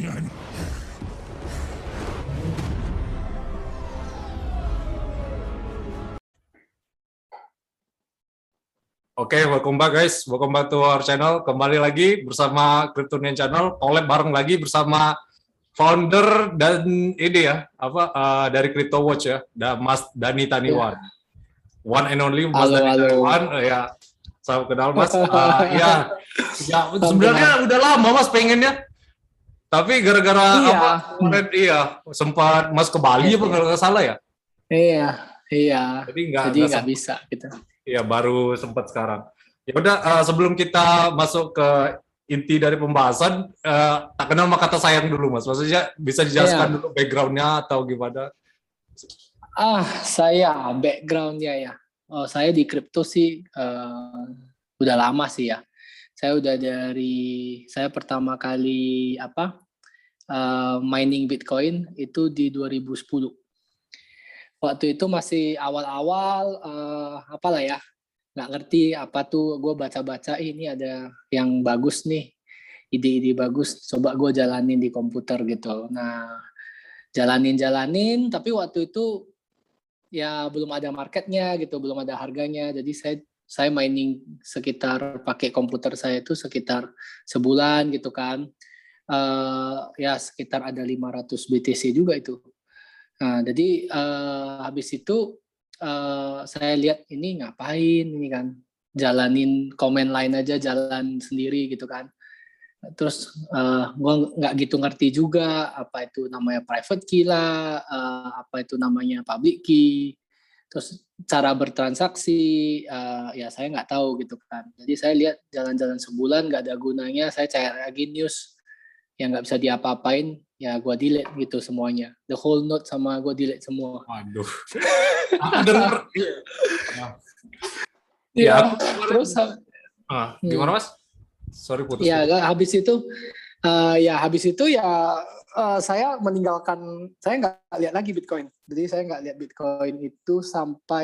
Oke, welcome back guys. Welcome back to our channel. Kembali lagi bersama Kryptonian Channel. Collab bareng lagi bersama founder dan ini ya, dari Crypto Watch ya, Mas Dani Taniwan. One and only Mas Dani Taniwan. Ya, saya kenal Mas. Ya, sebenarnya udah lama Mas pengennya. Tapi gara-gara kemarin sempat Mas ke Bali apa nggak salah ya? Iya. Jadi nggak bisa gitu. Iya, baru sempat sekarang. Ya udah, sebelum kita masuk ke inti dari pembahasan, tak kenal maka kata sayang dulu Mas. Maksudnya bisa dijelaskan dulu background-nya atau gimana? Saya background-nya ya. Saya di kripto sih udah lama sih ya. Saya pertama kali mining Bitcoin itu di 2010. Waktu itu masih awal-awal nggak ngerti apa tuh, gue baca-baca ini ada yang bagus nih, ide-ide bagus, coba gue jalanin di komputer gitu. Nah, jalanin, tapi waktu itu ya belum ada marketnya gitu, belum ada harganya, jadi saya mining sekitar pakai komputer saya itu sekitar sebulan gitu kan, ya sekitar ada 500 BTC juga itu. Nah, jadi habis itu saya lihat ini ngapain ini kan, jalanin comment line aja, jalan sendiri gitu kan. Terus gue nggak gitu ngerti juga apa itu namanya private key lah, apa itu namanya public key, terus cara bertransaksi, ya saya nggak tahu gitu kan. Jadi saya lihat jalan-jalan sebulan nggak ada gunanya, saya cari lagi news yang nggak bisa diapa-apain, ya gue delete gitu semuanya, the whole node sama gue delete semua. Waduh. Dengar. Ya, terus gimana Mas? Sorry putus. Ya, habis itu saya meninggalkan, saya nggak lihat lagi Bitcoin. Jadi saya nggak lihat Bitcoin itu sampai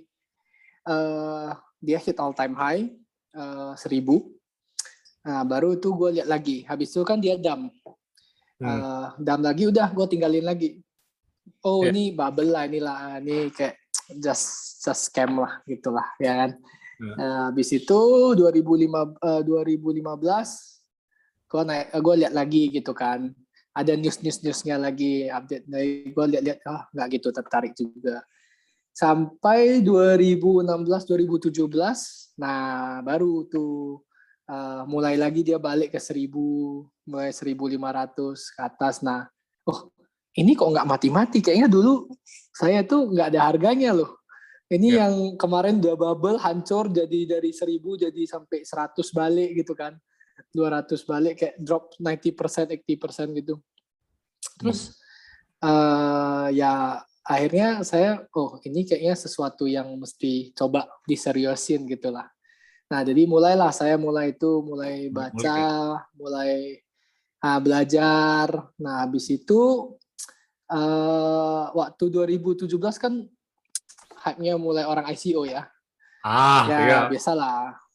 dia hit all time high 1000. Nah, baru itu gue lihat lagi. Habis itu kan dia dump. Dump lagi, udah gue tinggalin lagi. Ini bubble lah, ini kayak just scam lah gitulah ya kan. Habis itu 2015 gue lihat lagi gitu kan, ada newsnya lagi update. Gue lihat nggak gitu tertarik juga sampai 2016-2017. Nah, baru tuh mulai lagi dia balik ke 1000, mulai 1500 ke atas. Nah, ini kok nggak mati-mati, kayaknya dulu saya tuh nggak ada harganya loh. Ini yang kemarin udah bubble, hancur, jadi dari 1000 jadi sampai 100 balik gitu kan. 200 balik, kayak drop 90%, 80% gitu. Terus ya akhirnya saya, ini kayaknya sesuatu yang mesti coba diseriusin gitu lah. Nah, jadi mulai baca, mulai belajar. Nah, habis itu waktu 2017 kan hype-nya mulai orang ICO ya. Biasalah.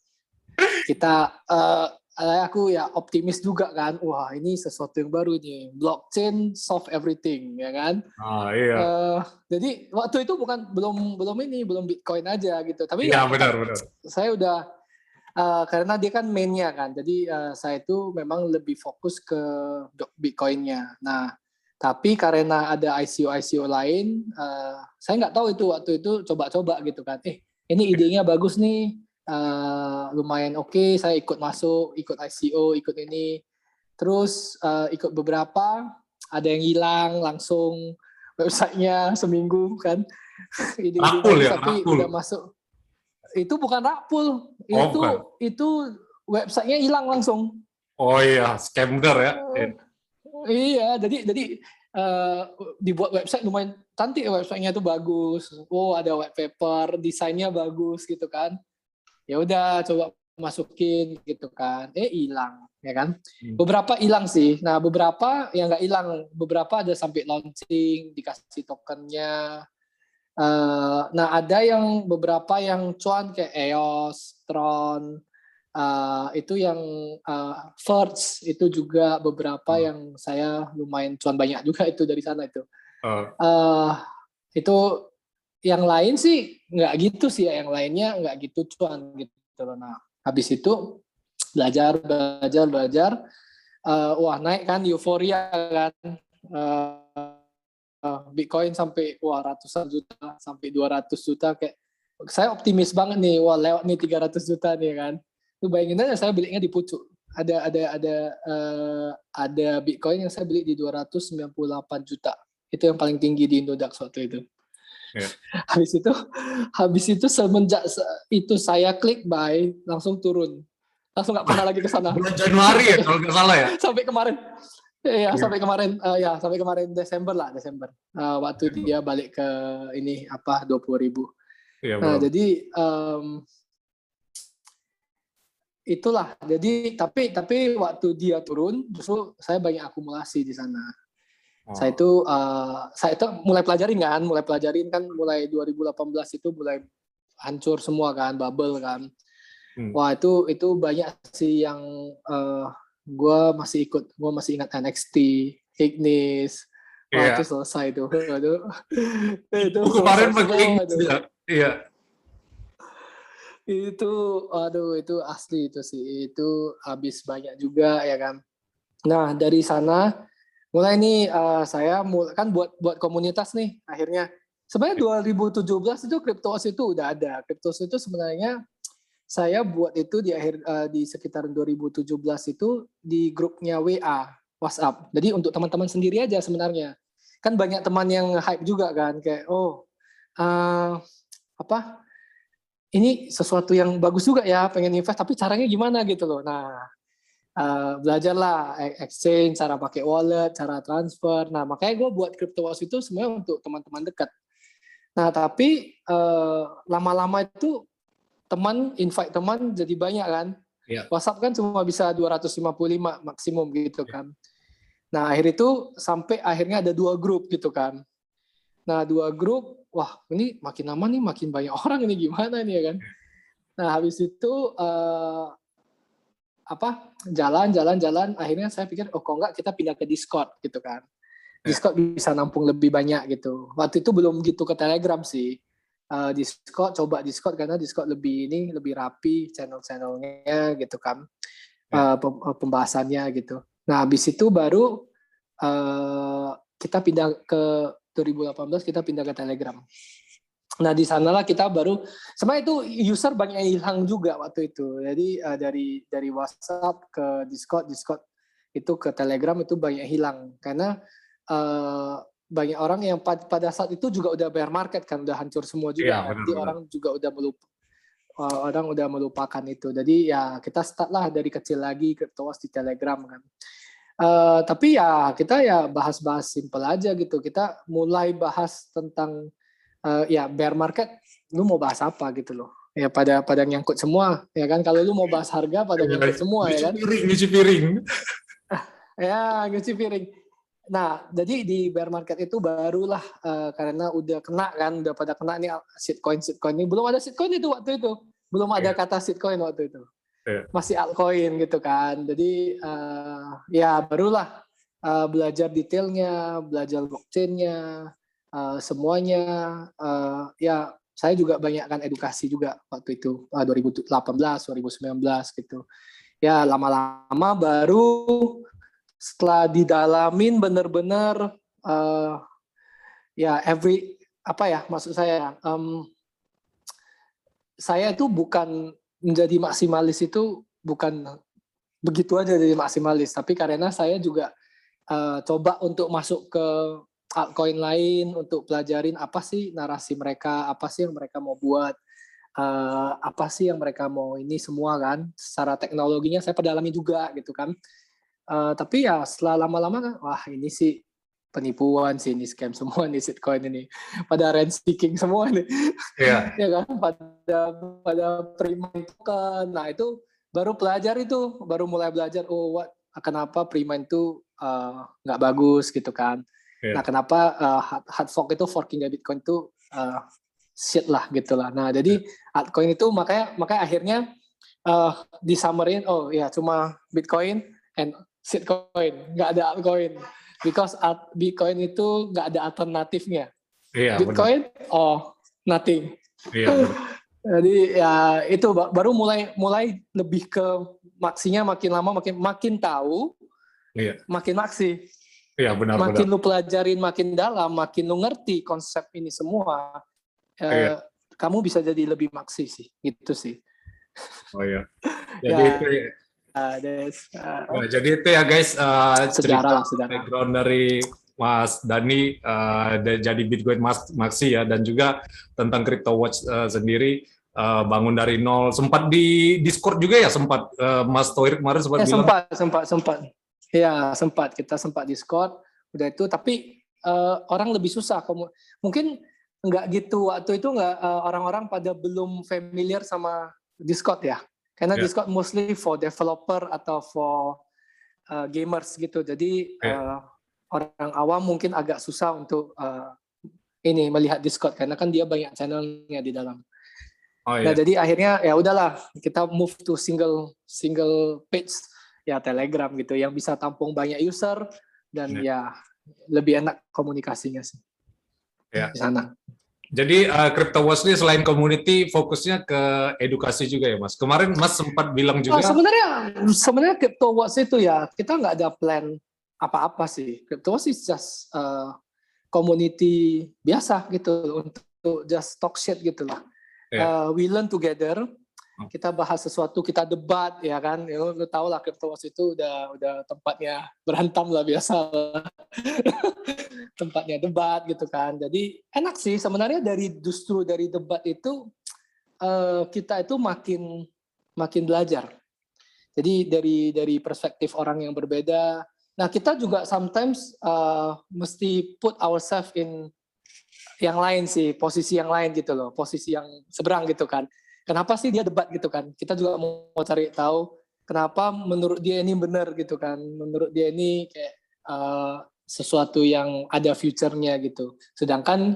Aku ya optimis juga kan. Wah, ini sesuatu yang baru nih. Blockchain solve everything, ya kan? Jadi waktu itu belum Bitcoin aja gitu. Tapi benar. Saya udah karena dia kan mainnya kan. Jadi saya itu memang lebih fokus ke Bitcoin-nya. Nah, tapi karena ada ICO lain, saya nggak tahu itu waktu itu coba-coba gitu kan. Ini idenya bagus nih, lumayan oke. Saya ikut masuk, ikut ICO, ikut ini. Terus ikut beberapa, ada yang hilang langsung websitenya seminggu kan. Tapi udah masuk. Itu bukan rakpul, itu websitenya hilang langsung. Oh iya, scammer ya. Iya, jadi dibuat website lumayan cantik, websitenya tuh bagus. Ada white paper, desainnya bagus gitu kan. Ya udah coba masukin gitu kan. Hilang, ya kan. Beberapa hilang sih. Nah, beberapa yang nggak hilang, beberapa ada sampai launching, dikasih tokennya. Nah, ada yang beberapa yang cuan kayak EOS, Tron, Itu yang Verge itu juga beberapa yang saya lumayan cuan banyak juga itu dari sana itu. Uh, itu yang lain sih nggak gitu sih ya, yang lainnya nggak gitu cuan gitu loh. Nah habis itu belajar, wah naik kan, euforia kan, Bitcoin sampai wah ratusan juta sampai 200 juta, kayak saya optimis banget nih, wah lewat nih 300 juta nih kan. Lu bayangin aja saya belinya di pucuk. Ada Bitcoin yang saya beli di 298 juta. Itu yang paling tinggi di Indodax waktu itu. Yeah. habis itu semenjak itu saya klik buy, langsung turun. Langsung nggak pernah lagi ke sana. Bulan Januari ya kalau nggak salah ya. Sampai kemarin. Iya, sampai kemarin Desember. Waktu dia balik ke ini 20.000. Iya, nah, jadi itulah. Jadi tapi waktu dia turun, justru saya banyak akumulasi di sana. Saya itu mulai pelajarin kan, mulai 2018 itu mulai hancur semua kan, bubble kan. Wah, itu banyak sih yang gue masih ingat NXT, Ignis. Wah, itu selesai tuh. Itu kemarin pakai Ignis ya. Iya. Itu asli itu sih. Itu habis banyak juga ya kan. Nah, dari sana mulai nih saya kan buat komunitas nih akhirnya. Sebenarnya 2017 itu CryptoOS itu udah ada. CryptoOS itu sebenarnya saya buat itu di sekitar 2017 itu di grupnya WA, WhatsApp. Jadi untuk teman-teman sendiri aja sebenarnya. Kan banyak teman yang hype juga kan, kayak ini sesuatu yang bagus juga ya, pengen invest tapi caranya gimana gitu loh. Nah, belajarlah exchange, cara pakai wallet, cara transfer. Nah, makanya gue buat CryptoOS itu sebenarnya untuk teman-teman dekat. Nah, tapi lama-lama itu invite teman jadi banyak kan. Yeah. WhatsApp kan cuma bisa 255 maksimum gitu kan. Nah, sampai akhirnya ada 2 grup gitu kan. Nah, 2 grup, wah ini makin lama nih makin banyak orang ini, gimana nih ya kan. Nah, habis itu jalan, akhirnya saya pikir kok enggak kita pindah ke Discord gitu kan. Discord bisa nampung lebih banyak gitu. Waktu itu belum gitu ke Telegram sih. Coba Discord karena Discord lebih rapi channel-channelnya gitu kan, pembahasannya gitu. Nah habis itu baru kita pindah ke 2018, kita pindah ke Telegram. Nah di sanalah kita baru, sebenarnya itu user banyak yang hilang juga waktu itu. Jadi dari WhatsApp ke Discord itu ke Telegram itu banyak hilang karena banyak orang yang pada saat itu juga udah bear market kan, udah hancur semua juga. Iya, Jadi orang juga udah melupakan itu. Jadi ya kita start lah dari kecil lagi CryptoOS di Telegram kan. Tapi ya kita ya bahas-bahas simple aja gitu. Kita mulai bahas tentang bear market, lu mau bahas apa gitu loh. Ya pada nyangkut semua ya kan. Kalau lu mau bahas harga pada nyangkut semua ya kan. Nyuci piring. Ya, nyuci piring. Nah, jadi di bear market itu barulah karena udah kena kan, udah pada kena nih shitcoin ini. Belum ada shitcoin itu waktu itu. Belum ada kata shitcoin waktu itu. Masih altcoin gitu kan. Jadi ya barulah belajar detailnya, belajar blockchain-nya, semuanya. Ya saya juga banyakkan edukasi juga waktu itu 2018, 2019 gitu. Ya lama-lama baru setelah didalamin benar-benar maksud saya itu bukan menjadi maksimalis, itu bukan begitu aja jadi maksimalis, tapi karena saya juga coba untuk masuk ke altcoin lain untuk pelajarin apa sih narasi mereka, apa sih yang mereka mau buat, apa sih yang mereka mau ini semua kan, secara teknologinya saya pedalami juga gitu kan. Tapi ya setelah lama-lama kan, wah ini sih penipuan sih, ini scam semua nih shitcoin ini, pada rent seeking semua nih, ya kan, pada pre-mine token. Nah itu baru mulai belajar kenapa pre-mine itu nggak bagus gitu kan. Nah kenapa hard fork itu, forking Bitcoin itu shit lah gitulah. Nah jadi altcoin itu makanya akhirnya disamarin, oh ya cuma Bitcoin and shitcoin, nggak ada altcoin. Because Bitcoin itu nggak ada alternatifnya. Iya, benar. Bitcoin, oh nothing. Iya, benar. Jadi ya itu baru mulai lebih ke maksinya makin lama makin tahu, Iya, makin maksi. iya, benar-benar. Makin lu pelajarin makin dalam, makin lu ngerti konsep ini semua, Iya. kamu bisa jadi lebih maksi sih, gitu sih. Oh iya. Jadi Ya, itu ya. Des, Ya, jadi itu ya guys, cerita sejarah lah, sejarah. background dari Mas Dani jadi Bitcoin Maxi ya, dan juga tentang Crypto Watch sendiri, bangun dari nol, sempat di Discord juga ya, sempat Mas Toir kemarin sempat bilang. Sempat. Ya, kita sempat Discord, udah itu, tapi orang lebih susah. Mungkin nggak gitu, waktu itu nggak, orang-orang pada belum familiar sama Discord ya. Karena Discord mostly for developer atau for gamers gitu. Jadi orang awam mungkin agak susah untuk ini melihat Discord karena kan dia banyak channelnya di dalam. Oh, Nah, jadi akhirnya ya udahlah, kita move to single page ya Telegram gitu yang bisa tampung banyak user dan ya lebih enak komunikasinya sih di sana. Jadi Crypto Watch ini selain community fokusnya ke edukasi juga ya Mas. Kemarin Mas sempat bilang juga. Sebenarnya Crypto Watch itu ya kita nggak ada plan apa-apa sih. Crypto Watch is just community biasa gitu untuk just talk shit gitu lah. We learn together. Kita bahas sesuatu, kita debat ya kan. Lu tahu lah Crypto Watch itu udah tempatnya berantem lah biasa lah. Tempatnya debat gitu kan. Jadi enak sih sebenarnya justru dari debat itu kita itu makin belajar. Jadi dari perspektif orang yang berbeda. Nah, kita juga sometimes mesti put ourselves in yang lain sih, posisi yang lain gitu loh, posisi yang seberang gitu kan. Kenapa sih dia debat gitu kan? Kita juga mau cari tahu kenapa menurut dia ini benar gitu kan. Menurut dia ini kayak sesuatu yang ada future-nya gitu. Sedangkan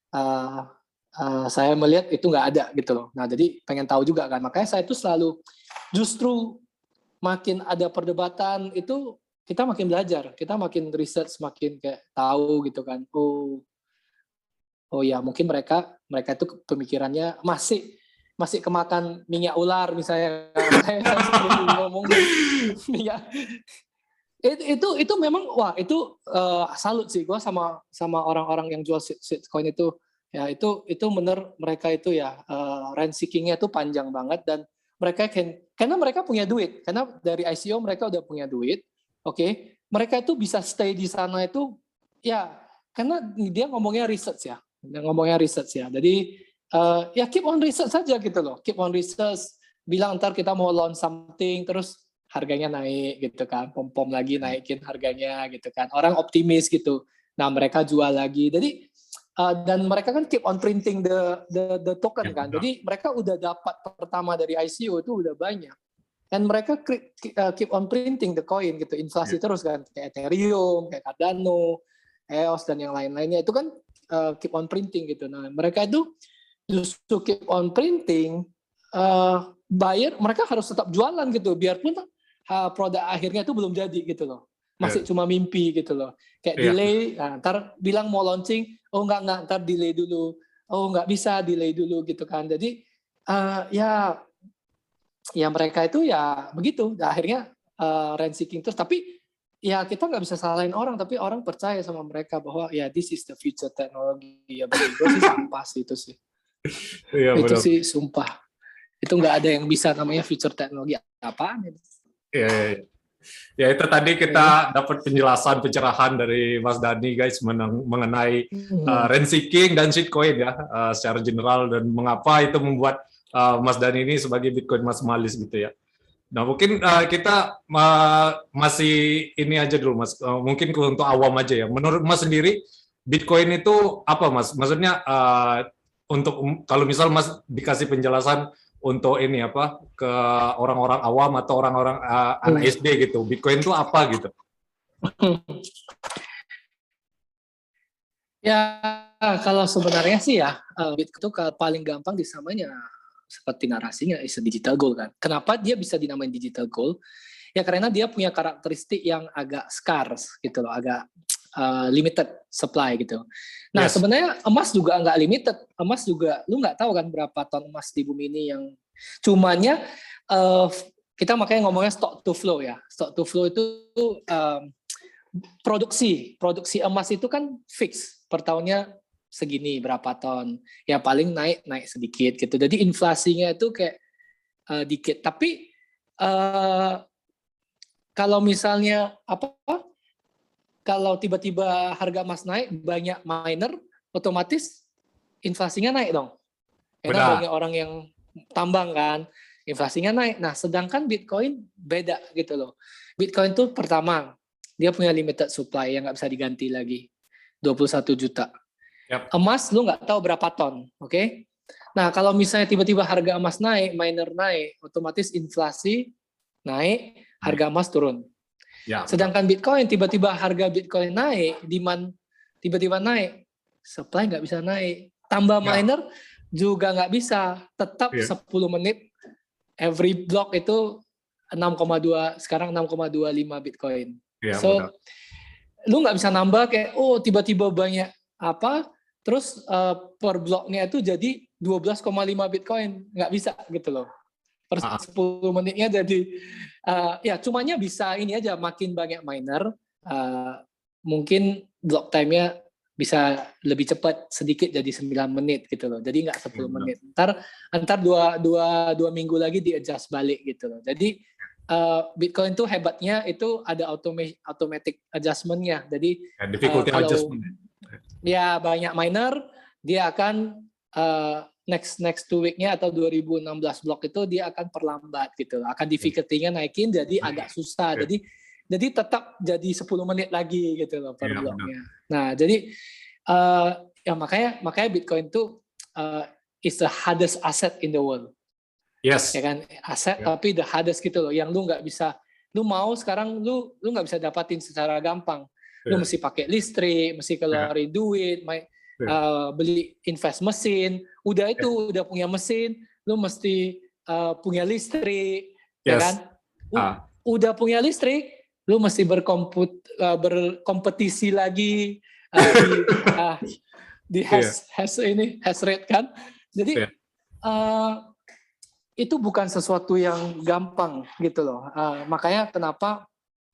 saya melihat itu nggak ada gitu loh. Nah, jadi pengen tahu juga kan. Makanya saya itu selalu justru makin ada perdebatan itu kita makin belajar, kita makin research, makin kayak tahu gitu kan. Oh ya, mungkin mereka itu pemikirannya masih kemakan minyak ular misalnya. Saya sering ngomong minyak. Itu memang itu salut sih gue sama orang-orang yang jual shitcoin itu. Ya itu benar, mereka itu ya rent seeking-nya tuh panjang banget, dan mereka karena mereka punya duit, karena dari ICO mereka udah punya duit. Oke, mereka itu bisa stay di sana itu ya karena dia ngomongnya research ya. Jadi ya keep on research saja gitu loh. Keep on research, bilang ntar kita mau launch something terus harganya naik gitu kan, pom lagi naikin harganya gitu kan. Orang optimis gitu. Nah, mereka jual lagi. Jadi dan mereka kan keep on printing the token kan. Jadi mereka udah dapat pertama dari ICO itu udah banyak. Dan mereka keep on printing the coin gitu, inflasi terus kan, kayak Ethereum, kayak Cardano, EOS dan yang lain-lainnya itu kan keep on printing gitu. Nah, mereka itu justru keep on printing, buyer mereka harus tetap jualan gitu, biarpun produk akhirnya itu belum jadi gitu loh, masih cuma mimpi gitu loh, kayak delay. Nah, ntar bilang mau launching, oh enggak, ntar delay dulu, oh nggak bisa, delay dulu gitu kan. Jadi ya mereka itu ya begitu, akhirnya rent seeking terus. Tapi ya kita nggak bisa salahin orang, tapi orang percaya sama mereka bahwa ya this is the future technology. Ya bagi gue sih sampah sih itu sih. Iya, itu benar. sih sumpah. Itu nggak ada yang bisa namanya future technology apaan itu. Iya. Ya itu tadi kita dapat penjelasan, pencerahan dari Mas Dani guys mengenai rent seeking dan shitcoin ya secara general, dan mengapa itu membuat Mas Dani ini sebagai Bitcoin maksimalis gitu ya. Nah mungkin kita masih ini aja dulu Mas, mungkin untuk awam aja ya. Menurut Mas sendiri Bitcoin itu apa Mas? Maksudnya untuk kalau misal Mas dikasih penjelasan untuk ini apa ke orang-orang awam atau orang-orang anak SD gitu, Bitcoin itu apa gitu? Ya kalau sebenarnya sih ya Bitcoin itu paling gampang disamain ya seperti narasinya is a digital gold kan. Kenapa dia bisa dinamain digital gold? Ya karena dia punya karakteristik yang agak scarce gitu loh, agak limited supply gitu. Nah sebenarnya emas juga nggak limited, emas juga lu nggak tahu kan berapa ton emas di bumi ini yang cumanya kita makanya ngomongnya stock to flow ya. Stock to flow itu produksi emas itu kan fix per tahunnya segini berapa ton, ya paling naik sedikit gitu. Jadi inflasinya itu kayak dikit. Tapi kalau misalnya kalau tiba-tiba harga emas naik, banyak miner, otomatis inflasinya naik dong. Karena banyak orang yang tambang kan, inflasinya naik. Nah, sedangkan Bitcoin beda gitu loh. Bitcoin tuh pertama, dia punya limited supply yang nggak bisa diganti lagi, 21 juta. Yep. Emas lu nggak tahu berapa ton, oke? Nah, kalau misalnya tiba-tiba harga emas naik, miner naik, otomatis inflasi naik, harga emas turun. Ya, sedangkan Bitcoin, tiba-tiba harga Bitcoin naik, demand tiba-tiba naik, supply nggak bisa naik. Tambah miner juga nggak bisa, tetap 10 menit, every block itu 6,2, sekarang 6,25 Bitcoin. Ya, so, benar. Lu nggak bisa nambah kayak, tiba-tiba banyak terus per bloknya itu jadi 12,5 Bitcoin. Nggak bisa gitu loh. Per 10 menitnya jadi ya cumanya bisa ini aja, makin banyak miner mungkin block time-nya bisa lebih cepat sedikit jadi 9 menit gitu loh. Jadi nggak 10 menit. Ntar dua minggu lagi di-adjust balik gitu loh. Jadi Bitcoin tuh hebatnya itu ada automatic adjustment-nya. Jadi difficulty kalau adjustment. Ya banyak miner, dia akan next 2 week-nya atau 2016 blok itu dia akan perlambat gitu, akan difficulty-nya naikin jadi agak susah. Jadi tetap jadi 10 menit lagi gitu loh per bloknya. Nah, jadi ya makanya Bitcoin itu is the hardest asset in the world. Yes. Ya kan, aset tapi the hardest gitu loh, yang lu nggak bisa, lu mau sekarang lu nggak bisa dapatin secara gampang. Lu mesti pakai listrik, mesti keluarin duit, beli invest mesin, udah punya mesin, lu mesti punya listrik, ya kan? Udah punya listrik, lu mesti berkompetisi lagi di hash rate kan. Jadi itu bukan sesuatu yang gampang gitu loh. Makanya kenapa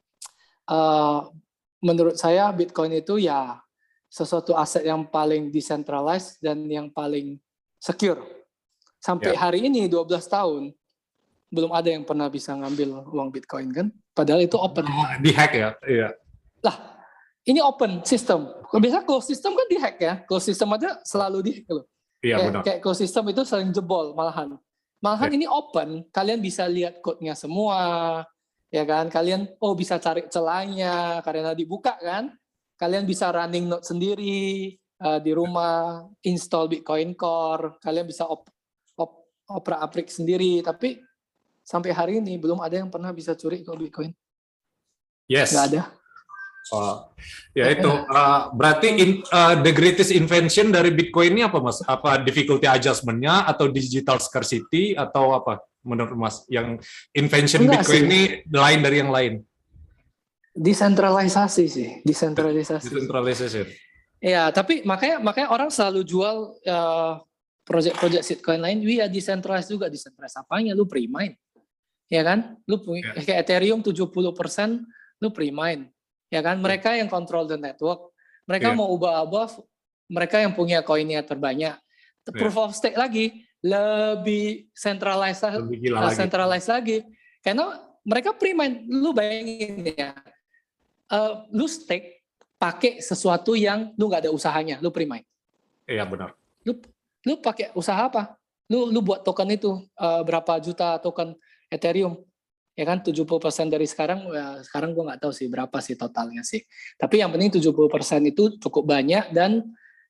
menurut saya Bitcoin itu ya sesuatu aset yang paling decentralized dan yang paling secure. Sampai hari ini 12 tahun belum ada yang pernah bisa ngambil uang Bitcoin kan? Padahal itu open. Di-hack ya? Iya. Lah, ini open system. Biasa closed system kan di-hack ya. Closed system aja selalu di-hack loh. Iya, benar. Kayak closed system itu sering jebol malahan. Ini open, kalian bisa lihat code-nya semua. Ya kan, kalian bisa cari celahnya karena dibuka kan, kalian bisa running node sendiri di rumah, install Bitcoin Core, kalian bisa opera-aprik sendiri, tapi sampai hari ini belum ada yang pernah bisa curi kok Bitcoin. Yes. Nggak ada. Ya itu berarti the greatest invention dari Bitcoin ini apa Mas? Apa difficulty adjustment-nya atau digital scarcity atau apa menurut Mas yang invention Bitcoin ini lain dari yang lain? Desentralisasi sih, desentralisasi. Ya, tapi makanya orang selalu jual project shitcoin lain, decentralized juga. Decentralized apanya? Lu pre-mine. Ya kan? Lu punya kayak Ethereum 70% lu pre-mine. Ya kan, mereka yang control the network, mereka mau ubah-ubah, mereka yang punya koinnya terbanyak. Proof of stake lagi lebih centralized lagi, karena mereka pre-mine. Lu bayangin ya, lu stake pakai sesuatu yang lu nggak ada usahanya, lu pre-mine. Iya benar. Lu pakai usaha apa? Lu buat token itu berapa juta token Ethereum? Ya kan 70% dari sekarang gue nggak tahu sih berapa sih totalnya sih. Tapi yang penting 70% itu cukup banyak dan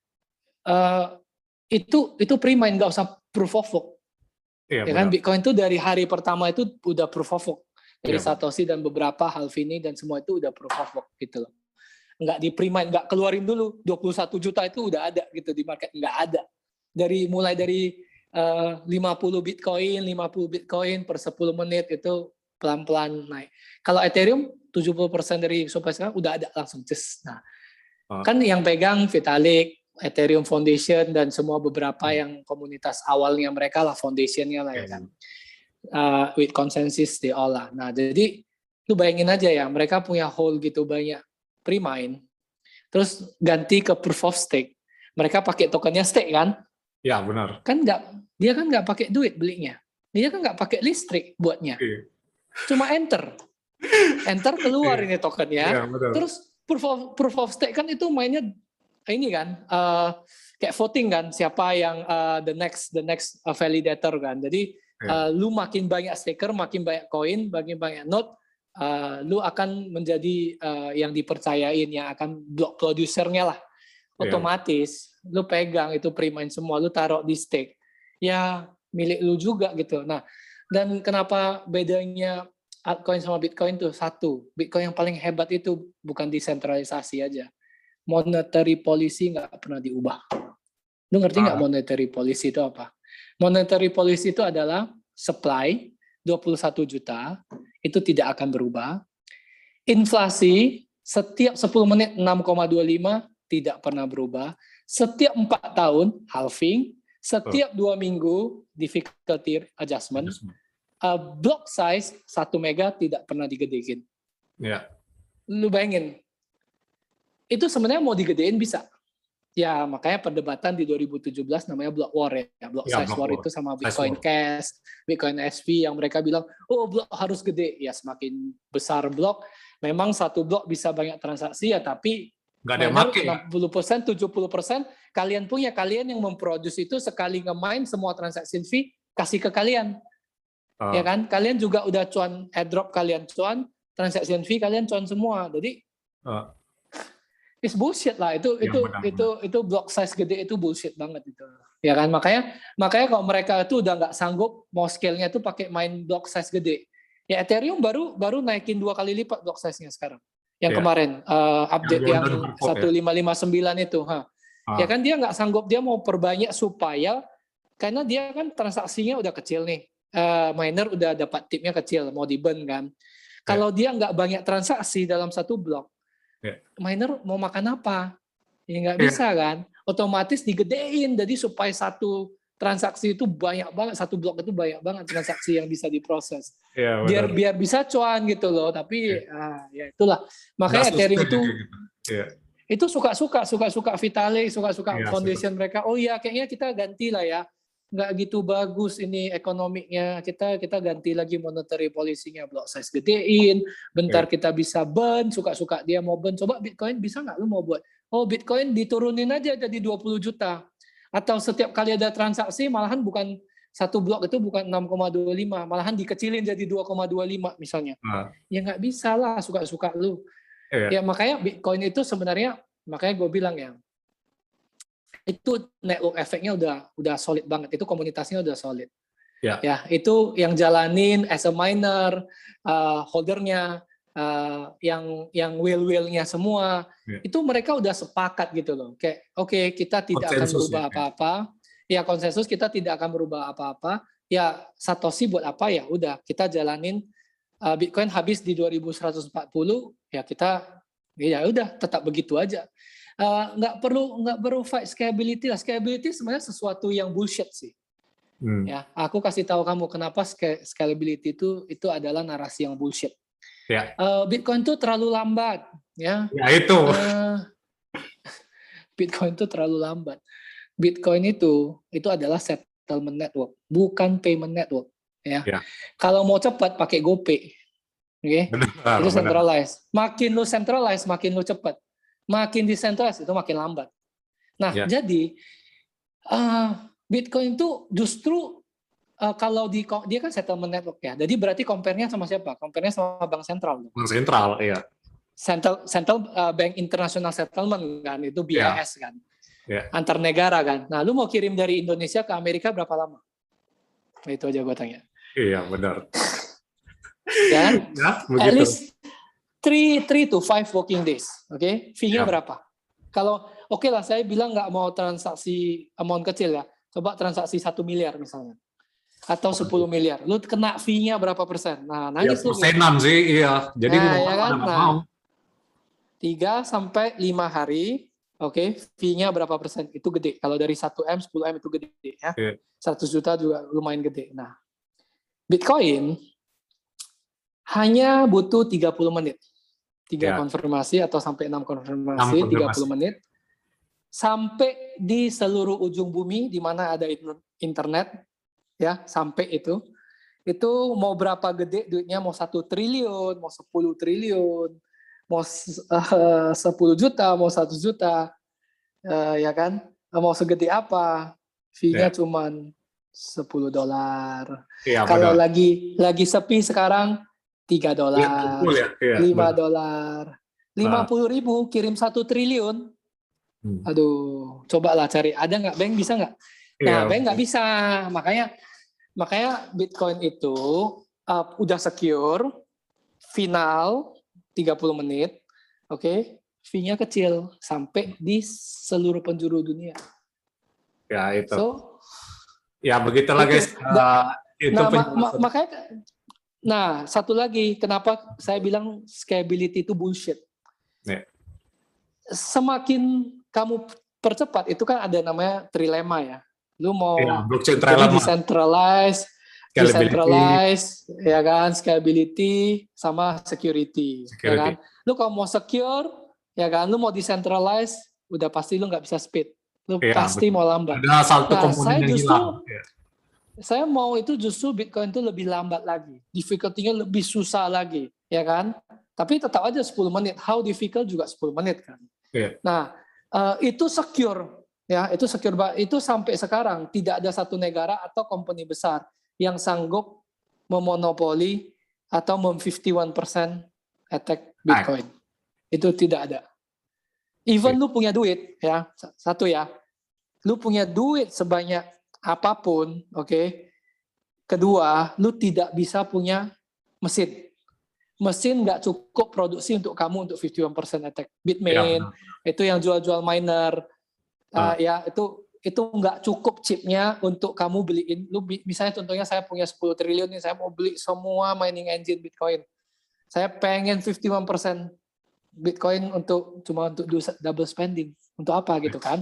itu pre-mine, nggak usah proof of work. Ya kan Bitcoin itu dari hari pertama itu udah proof of work. Dari Satoshi dan beberapa Halvini dan semua itu udah proof of work gitu loh. Nggak di pre-mine, nggak keluarin dulu 21 juta itu udah ada gitu di market, nggak ada. Mulai dari 50 Bitcoin per 10 menit itu pelan-pelan naik. Kalau Ethereum 70% dari supply sekarang udah ada langsung just. Nah, kan yang pegang Vitalik, Ethereum Foundation dan semua beberapa yang komunitas awalnya mereka lah, foundationnya lah ya kan. With consensus they all lah. Nah, jadi lu bayangin aja ya, mereka punya hold gitu banyak pre-mine, terus ganti ke proof of stake. Mereka pakai tokennya stake kan? Ya benar. Dia kan nggak pakai duit belinya. Dia kan nggak pakai listrik buatnya. Cuma enter keluar ini tokennya. Terus proof of stake kan itu mainnya ini kan kayak voting kan, siapa yang the next validator kan. Jadi lu makin banyak staker, makin banyak koin, makin banyak node, lu akan menjadi yang dipercayain, yang akan block producernya lah. Otomatis lu pegang itu pre-mine semua, lu taruh di stake, ya milik lu juga gitu. Nah, dan kenapa bedanya altcoin sama Bitcoin tuh? Satu, Bitcoin yang paling hebat itu bukan desentralisasi aja, monetary policy nggak pernah diubah. Lu ngerti nggak monetary policy itu apa? Monetary policy itu adalah supply 21 juta, itu tidak akan berubah. Inflasi setiap 10 menit 6,25 tidak pernah berubah. Setiap 4 tahun halving, setiap 2 minggu difficulty adjustment. Block size 1 mega tidak pernah digedein. Lu bayangin, itu sebenarnya mau digedein bisa. Ya makanya perdebatan di 2017 namanya block war ya. Block size war itu sama Bitcoin Cash, Bitcoin SV yang mereka bilang, oh blok harus gede. Ya semakin besar blok, memang satu blok bisa banyak transaksi ya, tapi nggak ada yang pakai. 60%, 70% kalian yang memproduksi itu sekali nge-mine semua transaksi fee kasih ke kalian. Ya kan? Kalian juga udah cuan airdrop, kalian cuan transaction fee, kalian cuan semua. Jadi it's bullshit lah itu block size gede itu bullshit banget itu. Ya kan? Makanya kalau mereka itu udah nggak sanggup mau scale-nya itu pakai main block size gede. Ya Ethereum baru naikin 2 kali lipat block size-nya sekarang. Yang kemarin update yang 1559 itu, ya kan dia nggak sanggup, dia mau perbanyak supaya karena dia kan transaksinya udah kecil nih, miner udah dapat tipnya kecil, mau di-burn kan. Kalau dia nggak banyak transaksi dalam satu blok, miner mau makan apa? Ya nggak bisa kan. Otomatis digedein, jadi supaya satu transaksi itu banyak banget, satu blok itu banyak banget transaksi yang bisa diproses. Biar bisa cuan gitu loh, tapi ya itulah. Makanya Ethereum itu suka Vitalik, suka foundation mereka. Oh iya, kayaknya kita ganti lah ya. Nggak gitu bagus ini ekonomiknya. Kita ganti lagi monetary policy-nya, block size gedein. Bentar kita bisa burn, suka dia mau burn. Coba Bitcoin bisa nggak lu mau buat? Oh Bitcoin diturunin aja jadi 20 juta. Atau setiap kali ada transaksi malahan bukan satu blok itu bukan 6,25, malahan dikecilin jadi 2,25 misalnya. Ya nggak bisa lah, suka-suka lu. Ya makanya Bitcoin itu sebenarnya, makanya gue bilang ya, itu network efeknya udah solid banget, itu komunitasnya udah solid. Ya itu yang jalanin as a miner, holdernya, yang will-nya semua, itu mereka udah sepakat gitu loh. Kayak oke, kita tidak akan berubah apa-apa. Ya konsensus kita tidak akan berubah apa-apa. Ya Satoshi buat apa ya? Udah kita jalanin. Bitcoin habis di 2140, ya kita ya udah tetap begitu aja. Nggak perlu fight scalability lah. Scalability sebenarnya sesuatu yang bullshit sih. Ya, aku kasih tahu kamu kenapa scalability itu adalah narasi yang bullshit. Bitcoin itu terlalu lambat, ya. Ya itu. Bitcoin itu terlalu lambat. Bitcoin itu adalah settlement network, bukan payment network, ya. Kalau mau cepat pakai GoPay, oke? Itu centralized. Makin lu centralized, makin lu cepat. Makin decentralized itu makin lambat. Nah, jadi Bitcoin itu justru kalau dia kan settlement network ya, jadi berarti compare-nya sama siapa? Compare-nya sama bank sentral. Bank sentral, iya. Central Bank International Settlement kan, itu BIS kan, antar negara kan. Nah, lu mau kirim dari Indonesia ke Amerika berapa lama? Nah, itu aja gue tanya. Iya benar. Ya, at least 3 to 5 working days, oke? Fee-nya berapa? Kalau oke lah, saya bilang nggak mau transaksi amount kecil ya. Coba transaksi 1 miliar misalnya. Atau 10 miliar. Lu kena fee-nya berapa persen? Nah, Ya, nangis lu. persenan sih, iya. Jadi Nah, ya orang kan? nggak Nah, mau. 3 sampai 5 hari, oke, fee-nya berapa persen? Itu gede. Kalau dari 1M, 10M itu gede ya. Iya. 100 juta juga lumayan gede. Nah, Bitcoin hanya butuh 30 menit. 3 Ya. konfirmasi atau sampai 6 konfirmasi, 6 konfirmasi. 30 menit. Sampai di seluruh ujung bumi di mana ada internet, ya, sampai itu mau berapa gede duitnya, mau 1 triliun, mau 10 triliun, mau 10 juta, mau 1 juta, ya kan, mau segede apa, fee-nya cuman $10. Iya, Kalau benar. lagi sepi sekarang $3, Iya, iya, $5, 50.000 kirim 1 triliun. Aduh, cobalah cari, ada nggak bank bisa nggak? Nah, bank nggak bisa, makanya Bitcoin itu udah secure, final 30 menit, oke, fee-nya kecil sampai di seluruh penjuru dunia. Ya itu. So, ya begitulah guys. Itu makanya. Nah, satu lagi, kenapa saya bilang scalability itu bullshit. Yeah. Semakin kamu percepat, itu kan ada namanya trilema ya. Lu mau blockchain jadi decentralized, ya kan, scalability sama security. Ya kan. Lu kalau mau secure, ya kan, lu mau decentralized, udah pasti lu nggak bisa speed. Lu pasti mau lambat. Ada satu komponen yang hilang. Saya mau itu justru Bitcoin itu lebih lambat lagi, difficulty-nya lebih susah lagi, ya kan? Tapi tetap aja 10 menit. How difficult juga 10 menit kan. Yeah. Nah, itu secure, ya, itu secure. Itu sampai sekarang tidak ada satu negara atau company besar yang sanggup memonopoli atau 51% attack Bitcoin. Itu tidak ada. Even lu punya duit, ya, satu ya, lu punya duit sebanyak apapun, oke. Kedua, lu tidak bisa punya mesin. Mesin nggak cukup produksi untuk kamu untuk 51% attack. Bitmain, itu yang jual-jual miner, ya itu nggak cukup chipnya untuk kamu beliin. Lu misalnya contohnya saya punya 10 triliun nih, saya mau beli semua mining engine Bitcoin. Saya pengen 51% Bitcoin cuma untuk double spending. Untuk apa gitu kan?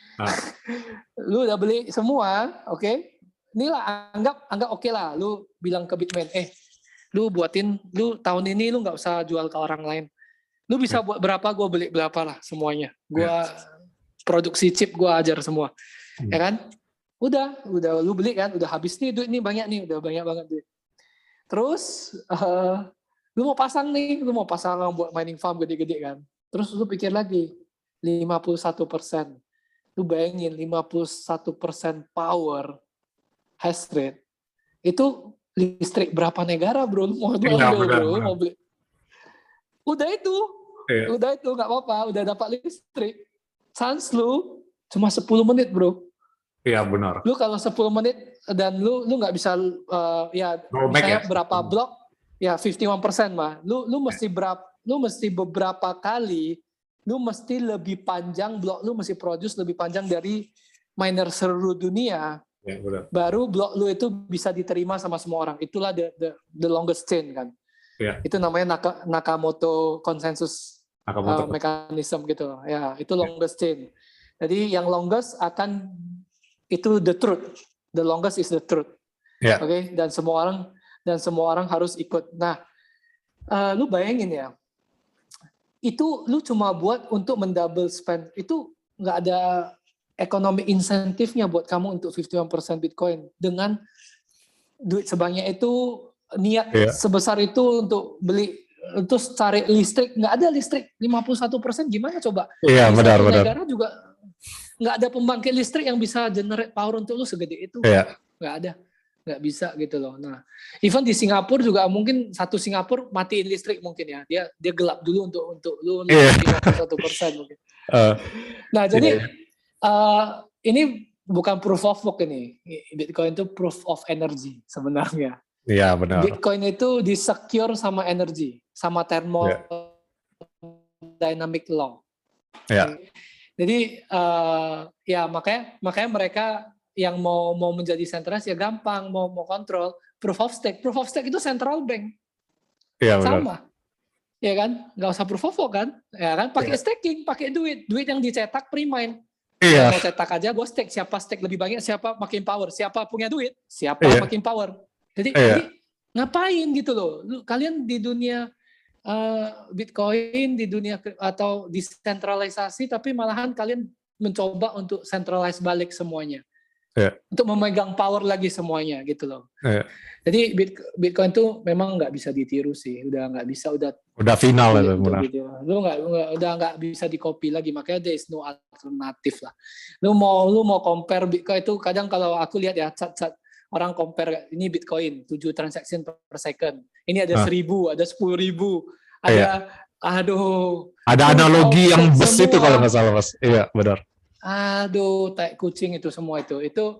Lu udah beli semua, oke? Inilah anggap oke lah. Lu bilang ke Bitmain, lu tahun ini lu nggak usah jual ke orang lain. Lu bisa buat berapa, gue beli berapa lah semuanya. Gue produksi chip, gue ajar semua, ya kan? Udah lu beli kan, udah habis nih duit nih, banyak nih, udah banyak banget duit. Terus lu mau pasang buat mining farm gede-gede kan. Terus lu pikir lagi, 51%. Lu bayangin 51% power hash rate. Itu listrik berapa negara, bro? Lu mau mau beli. Udah itu nggak apa-apa, udah dapat listrik. Sans lu cuma 10 menit, bro. Iya, benar. Lu kalau 10 menit dan lu nggak bisa misalnya berapa blok, ya 51% mah. Lu mesti beberapa kali, lu mesti lebih panjang, blok lu mesti produce lebih panjang dari miner seluruh dunia. Ya, benar. Baru blok lu itu bisa diterima sama semua orang. Itulah the longest chain kan. Ya. Itu namanya Nakamoto consensus mechanism gitu. Ya, itu longest chain. Jadi yang longest akan itu the truth. The longest is the truth. Ya. Oke, dan semua orang harus ikut. Nah, lu bayangin ya. Itu lu cuma buat untuk mendouble spend. Itu nggak ada economic insentifnya buat kamu untuk 51% Bitcoin. Dengan duit sebanyak itu, niat sebesar itu untuk beli, terus cari listrik, nggak ada listrik 51%, gimana coba? Iya, benar. Negara juga nggak ada pembangkit listrik yang bisa generate power untuk lu segede itu. Nggak ada. Nggak bisa gitu loh. Nah, even di Singapura juga mungkin satu Singapura matiin listrik mungkin ya. Dia gelap dulu untuk lu 51% mungkin. Nah, jadi ini bukan proof of work ini. Bitcoin itu proof of energy sebenarnya. Iya, benar. Bitcoin itu di-secure sama energy, sama thermodynamic law. Iya. Jadi makanya mereka yang mau menjadi centralized ya gampang, mau kontrol proof of stake. Proof of stake itu central bank. Iya, benar. Sama. Ya kan? Nggak usah proof of work kan? Ya kan? Pakai staking, pakai duit yang dicetak pre-mine. Iya. Mau cetak aja, gue stake. Siapa stake lebih banyak, siapa makin power. Siapa punya duit, siapa makin power. Jadi ngapain gitu loh? Kalian di dunia Bitcoin, di dunia atau desentralisasi, tapi malahan kalian mencoba untuk centralize balik semuanya. Untuk memegang power lagi semuanya gitu loh. Jadi Bitcoin tuh memang nggak bisa ditiru sih, udah nggak bisa, udah final itu benar. Gitu. Lu udah nggak bisa di copy lagi, makanya there is no alternatif lah. Lu mau compare Bitcoin itu kadang kalau aku lihat ya chat orang compare ini Bitcoin 7 transaction per second, ini ada 1.000, ada 10.000, ada ada analogi yang bus itu kalau nggak salah Mas. Iya benar. Aduh, tai kucing itu semua itu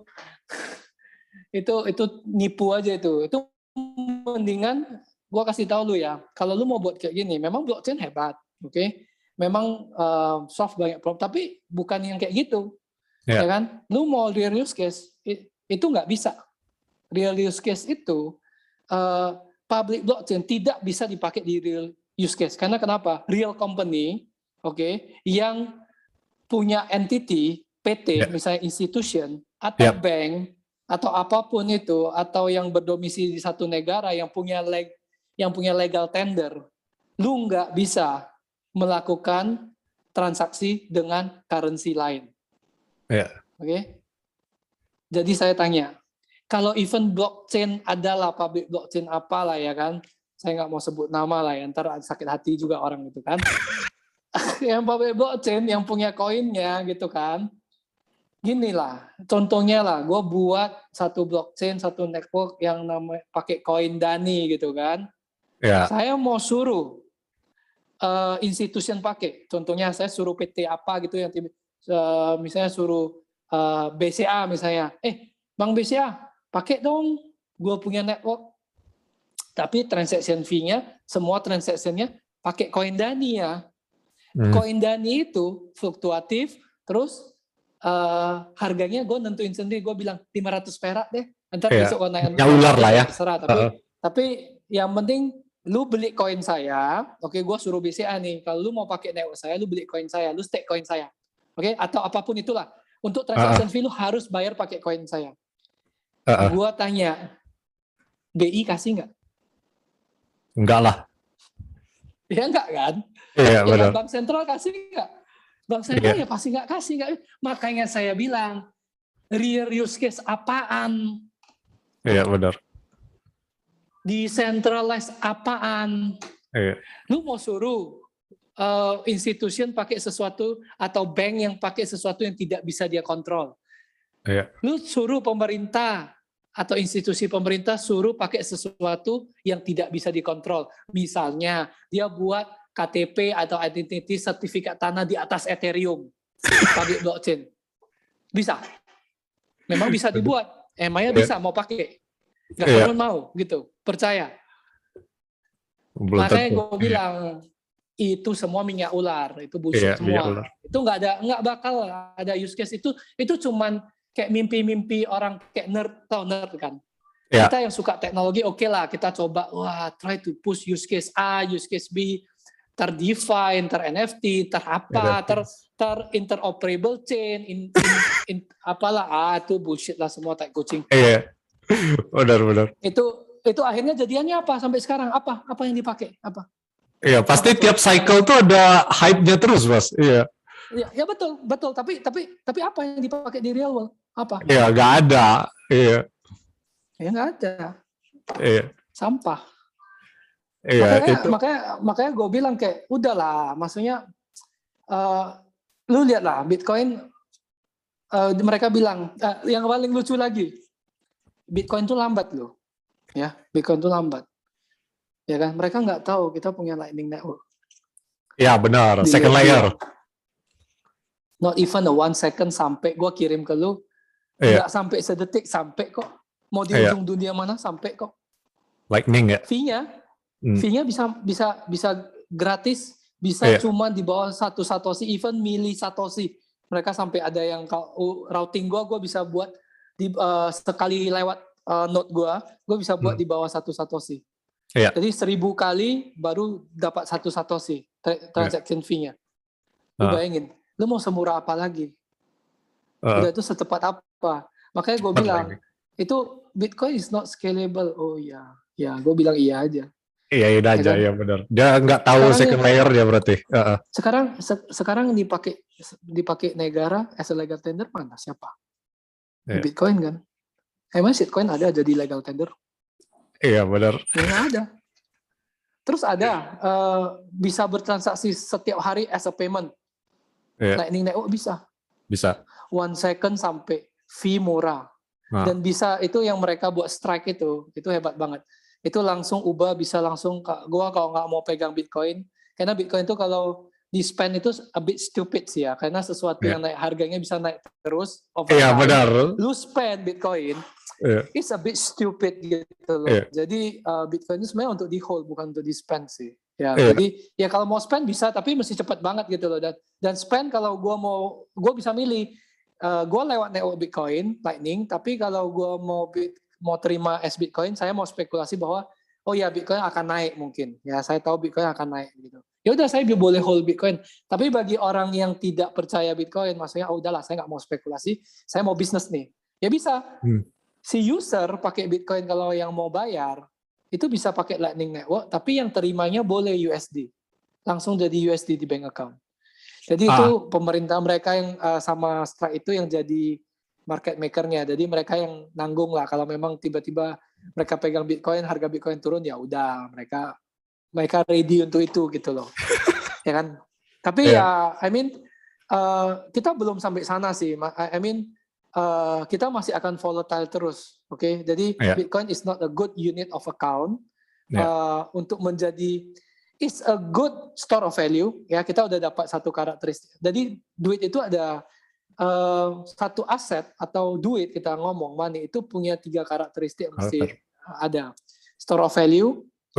nipu aja itu mendingan gua kasih tahu lu ya, kalau lu mau buat kayak gini, memang blockchain hebat, oke? Memang solve banyak problem, tapi bukan yang kayak gitu, ya kan? Lu mau real use case itu nggak bisa. Real use case itu public blockchain tidak bisa dipakai di real use case. Karena kenapa? Real company, yang punya entity PT, misalnya institution atau bank atau apapun itu, atau yang berdomisili di satu negara yang punya legal tender, lu nggak bisa melakukan transaksi dengan currency lain. Jadi saya tanya, kalau event blockchain adalah public blockchain apalah ya kan, saya nggak mau sebut nama lah ya, ntar sakit hati juga orang itu kan. Yang public blockchain yang punya koinnya gitu kan, gini lah, contohnya lah, gue buat satu blockchain, satu network yang namanya pakai koin Dani gitu kan. Saya mau suruh institution pakai, contohnya saya suruh PT apa gitu yang misalnya suruh BCA misalnya, Bang BCA pakai dong, gue punya network, tapi transaction fee-nya, semua transaction-nya pakai koin Dani ya. Koin Dani itu fluktuatif, terus harganya gue nentuin sendiri, gue bilang 500 perak deh, ntar besok gue naik ular lah ya. Terserah, tapi yang penting lu beli koin saya, gue suruh BCA nih, kalau lu mau pakai network saya, lu beli koin saya, lu stake koin saya, atau apapun itulah, untuk transaction fee lu harus bayar pakai koin saya. Gue tanya, BI kasih nggak? Enggak lah. Ya enggak kan? Iya benar. Bank sentral kasih nggak? Bank sentral ya pasti nggak kasih, nggak. Makanya saya bilang real use case apaan? Iya benar. Decentralized apaan? Lu mau suruh institution pakai sesuatu atau bank yang pakai sesuatu yang tidak bisa dia kontrol? Lu suruh pemerintah atau institusi pemerintah suruh pakai sesuatu yang tidak bisa dikontrol. Misalnya dia buat KTP atau identity sertifikat tanah di atas Ethereum, public blockchain. Bisa. Memang bisa dibuat. Emangnya bisa mau pakai. Government mau gitu. Percaya. Makanya gue bilang itu semua minyak ular, itu bullshit semua. Itu nggak bakal ada use case itu cuman kayak mimpi-mimpi orang kayak tau nerd kan. Kita yang suka teknologi lah, kita coba try to push use case A, use case B, ter-DeFi, NFT, interoperable chain, apalah, itu bullshit lah semua, tai kucing. Benar. Itu akhirnya jadiannya apa sampai sekarang? Apa yang dipakai? Apa? Iya, pasti tiap cycle tuh ada hype-nya terus, Mas. Iya. Ya betul. Tapi apa yang dipakai di real world? Apa? Iya, nggak ada. Iya. Ya nggak ada. Iya. Sampah. Iya. Makanya gue bilang kayak udahlah. Maksudnya lu lihatlah Bitcoin. Mereka bilang yang paling lucu lagi, Bitcoin tuh lambat loh. Ya, Bitcoin tuh lambat. Ya kan? Mereka nggak tahu kita punya Lightning Network. Ya benar. Second layer. Not even a 1 second sampai gue kirim ke lu. Nggak sampai sedetik sampai kok. Mau di ujung dunia mana sampai kok. Lightning ya. Fee-nya bisa gratis, bisa cuma di bawah 1 satoshi, even mili satoshi. Mereka sampai ada yang routing gue bisa buat sekali lewat node gue bisa buat di bawah 1 satoshi. Iya. Jadi 1000 kali baru dapat 1 satoshi transaction fee-nya. Lu bayangin, lu mau semurah apa lagi? Udah itu secepat apa? Makanya gue bilang itu Bitcoin is not scalable. Oh iya, ya gue bilang iya aja. Iya udah aja, ya benar. Dia nggak tahu second layer dia berarti. Sekarang dipakai negara as a legal tender mana siapa? Bitcoin kan? Emang shitcoin ada jadi legal tender? Iya benar. Nggak ada. Terus ada bisa bertransaksi setiap hari as a payment. Lightning Network bisa. Bisa. 1 second sampai fee murah. Dan bisa itu yang mereka buat strike itu hebat banget. Itu langsung ubah bisa langsung gua kalau nggak mau pegang Bitcoin karena Bitcoin itu kalau di spend itu a bit stupid sih ya karena sesuatu yang naik harganya bisa naik terus over time. Benar. Lu spend Bitcoin it's a bit stupid gitu loh. Jadi Bitcoin itu sebenarnya untuk di hold bukan untuk di spend sih. Jadi ya kalau mau spend bisa tapi mesti cepat banget gitu loh dan spend kalau gua bisa milih gue lewat network Bitcoin, Lightning, tapi kalau gue mau terima as Bitcoin, saya mau spekulasi bahwa oh ya Bitcoin akan naik mungkin. Ya saya tahu Bitcoin akan naik gitu. Ya udah saya boleh hold Bitcoin. Tapi bagi orang yang tidak percaya Bitcoin, maksudnya oh udahlah saya nggak mau spekulasi, saya mau bisnis nih. Ya bisa. Si user pakai Bitcoin kalau yang mau bayar itu bisa pakai Lightning Network, tapi yang terimanya boleh USD. Langsung jadi USD di bank account. Jadi itu pemerintah mereka yang sama Strike itu yang jadi market maker-nya. Jadi mereka yang nanggung lah kalau memang tiba-tiba mereka pegang Bitcoin, harga Bitcoin turun ya udah mereka ready untuk itu gitu loh. Ya kan? Tapi kita belum sampai sana sih. Kita masih akan volatile terus, oke? Jadi Bitcoin is not a good unit of account untuk menjadi it's a good store of value. Ya kita udah dapat satu karakteristik. Jadi duit itu ada satu aset atau duit kita ngomong money itu punya 3 karakteristik yang mesti ada. Store of value,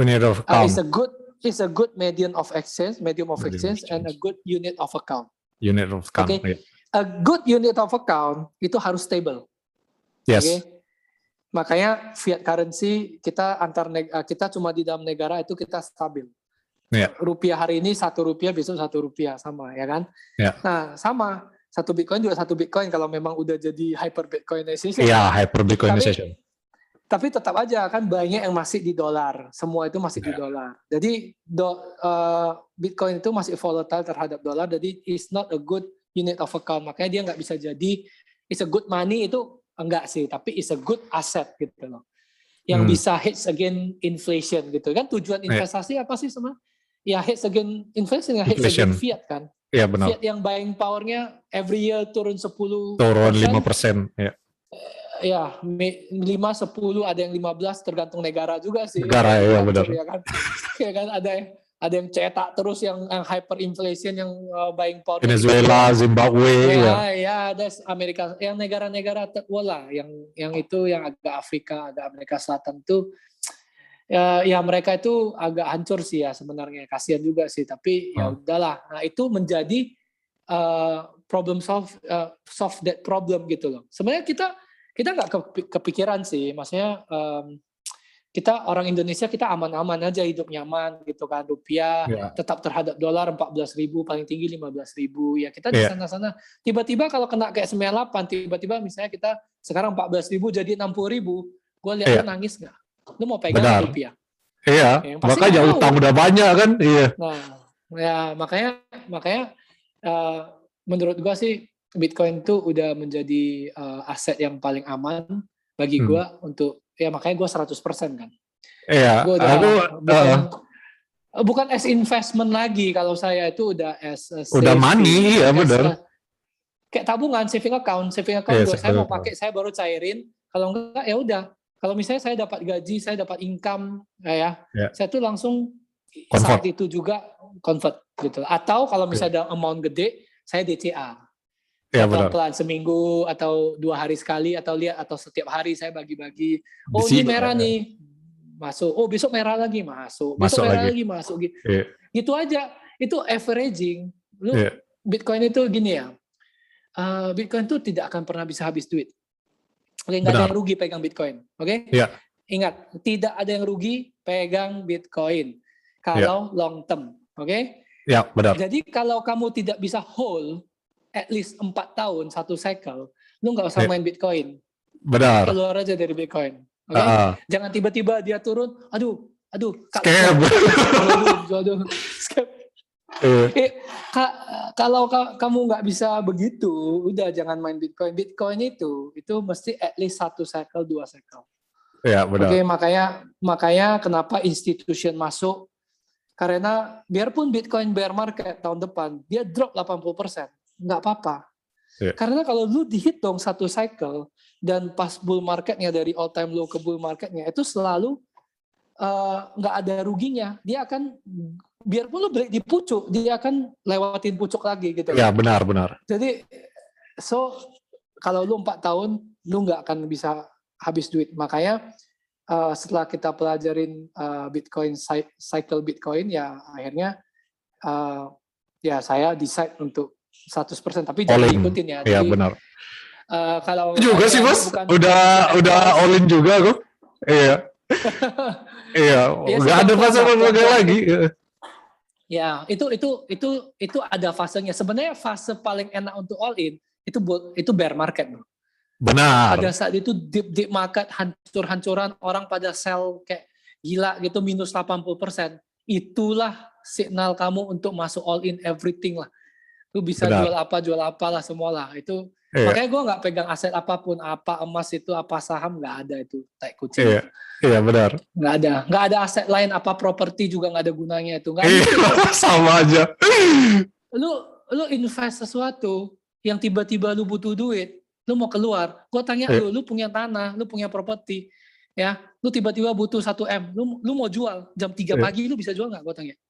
is a good medium of exchange, and a good unit of account. Okay? A good unit of account itu harus stable. Yes. Okay? Makanya fiat currency kita kita cuma di dalam negara itu kita stabil. Rupiah hari ini 1 rupiah, besok 1 rupiah sama ya kan? Nah sama 1 Bitcoin juga 1 Bitcoin kalau memang udah jadi hyper Bitcoinization. Hyper Bitcoinization. Tapi tetap aja kan banyak yang masih di dolar, semua itu masih di dolar. Jadi Bitcoin itu masih volatile terhadap dolar, jadi it's not a good unit of account. Makanya dia nggak bisa jadi it's a good money itu enggak sih, tapi it's a good asset gitu loh. Yang bisa hedge against inflation gitu kan. Tujuan investasi apa sih sebenarnya? Ya hedge against inflation, hedge against fiat kan. Iya benar. Fiat yang buying power-nya every year turun 10%. Turun 5%. Ya, 5, 10, ada yang 15 tergantung negara juga sih. Negara ya benar. Ya kan? Ya kan ada yang cetak terus yang hyperinflation yang buying power Venezuela, Zimbabwe ya ada Amerika yang negara-negara third world lah yang itu yang agak Afrika, agak Amerika Selatan tuh ya mereka itu agak hancur sih ya sebenarnya, kasihan juga sih tapi ya udahlah. Nah, itu menjadi problem solve that problem gitu loh. Sebenarnya kita nggak kepikiran sih, maksudnya kita orang Indonesia kita aman-aman aja hidup nyaman gitu kan, rupiah tetap terhadap dolar 14.000 paling tinggi 15.000 ya kita di sana-sana tiba-tiba kalau kena kayak 98 tiba-tiba misalnya kita sekarang 14.000 jadi 60.000 gue lihat lu nangis nggak? Lu mau pegang rupiah? Iya. Makanya utang udah banyak kan? Iya. Nah ya makanya menurut gue sih Bitcoin itu udah menjadi aset yang paling aman bagi gue untuk ya makanya gue 100% kan. Iya. Bukan as investment lagi kalau saya itu udah as udah money ya benar. Kayak tabungan, saving account saya mau pakai saya baru cairin. Kalau enggak ya udah. Kalau misalnya saya dapat gaji, saya dapat income saya tuh langsung saat itu juga convert gitu. Atau kalau misalnya ada amount gede, saya DCA. Pelan-pelan seminggu atau 2 hari sekali atau setiap hari saya bagi-bagi. Oh ini merah nih masuk. Oh besok merah lagi masuk. Besok merah lagi masuk gitu. Gitu aja. Itu averaging. Bitcoin itu gini ya. Bitcoin itu tidak akan pernah bisa habis duit. Oke, nggak ada Benar. yang rugi pegang Bitcoin. Oke? Iya. Ingat, tidak ada yang rugi pegang Bitcoin kalau long term. Oke? Ya, benar. Jadi kalau kamu tidak bisa hold at least 4 tahun satu cycle, lu nggak usah main Bitcoin. Benar. Keluar aja dari Bitcoin. Oke? Jangan tiba-tiba dia turun, aduh, scam. Aduh, scam. Kalau kamu nggak bisa begitu, udah jangan main Bitcoin. Bitcoin itu mesti at least 1 cycle, 2 cycle. Ya, benar. Oke, makanya kenapa institution masuk, karena biarpun Bitcoin bear market tahun depan, dia drop 80%, nggak apa-apa. Ya. Karena kalau lu dihitung 1 cycle, dan pas bull marketnya dari all time low ke bull marketnya, itu selalu nggak ada ruginya. Dia akan, biarpun lu break di pucuk, dia akan lewatin pucuk lagi gitu. Ya, benar. Jadi, kalau lu 4 tahun, lu nggak akan bisa habis duit. Makanya setelah kita pelajarin Bitcoin, cycle Bitcoin, ya akhirnya ya saya decide untuk 100%. Tapi jangan ikutin ya. Iya, jadi, benar. Kalau juga sih Mas, udah all in juga kok. Iya. Iya, nggak ada fase berbagai lagi. Ya, itu ada fasenya. Sebenarnya fase paling enak untuk all in itu bear market. Benar. Pada saat itu deep market, hancur-hancuran, orang pada sell kayak gila gitu, minus 80%. Itulah signal kamu untuk masuk all in everything lah. Lu bisa jual apa lah, semua lah. Itu makanya gue nggak pegang aset apapun, apa emas itu, apa saham, nggak ada itu, tai kucing. Iya, benar. Nggak ada aset lain, apa properti juga nggak ada gunanya itu. Nggak sama aja. Lu invest sesuatu yang tiba-tiba lu butuh duit, lu mau keluar, gue tanya lu punya tanah, lu punya properti, ya, lu tiba-tiba butuh 1 M, lu mau jual jam 3 pagi, lu bisa jual nggak? Gue tanya.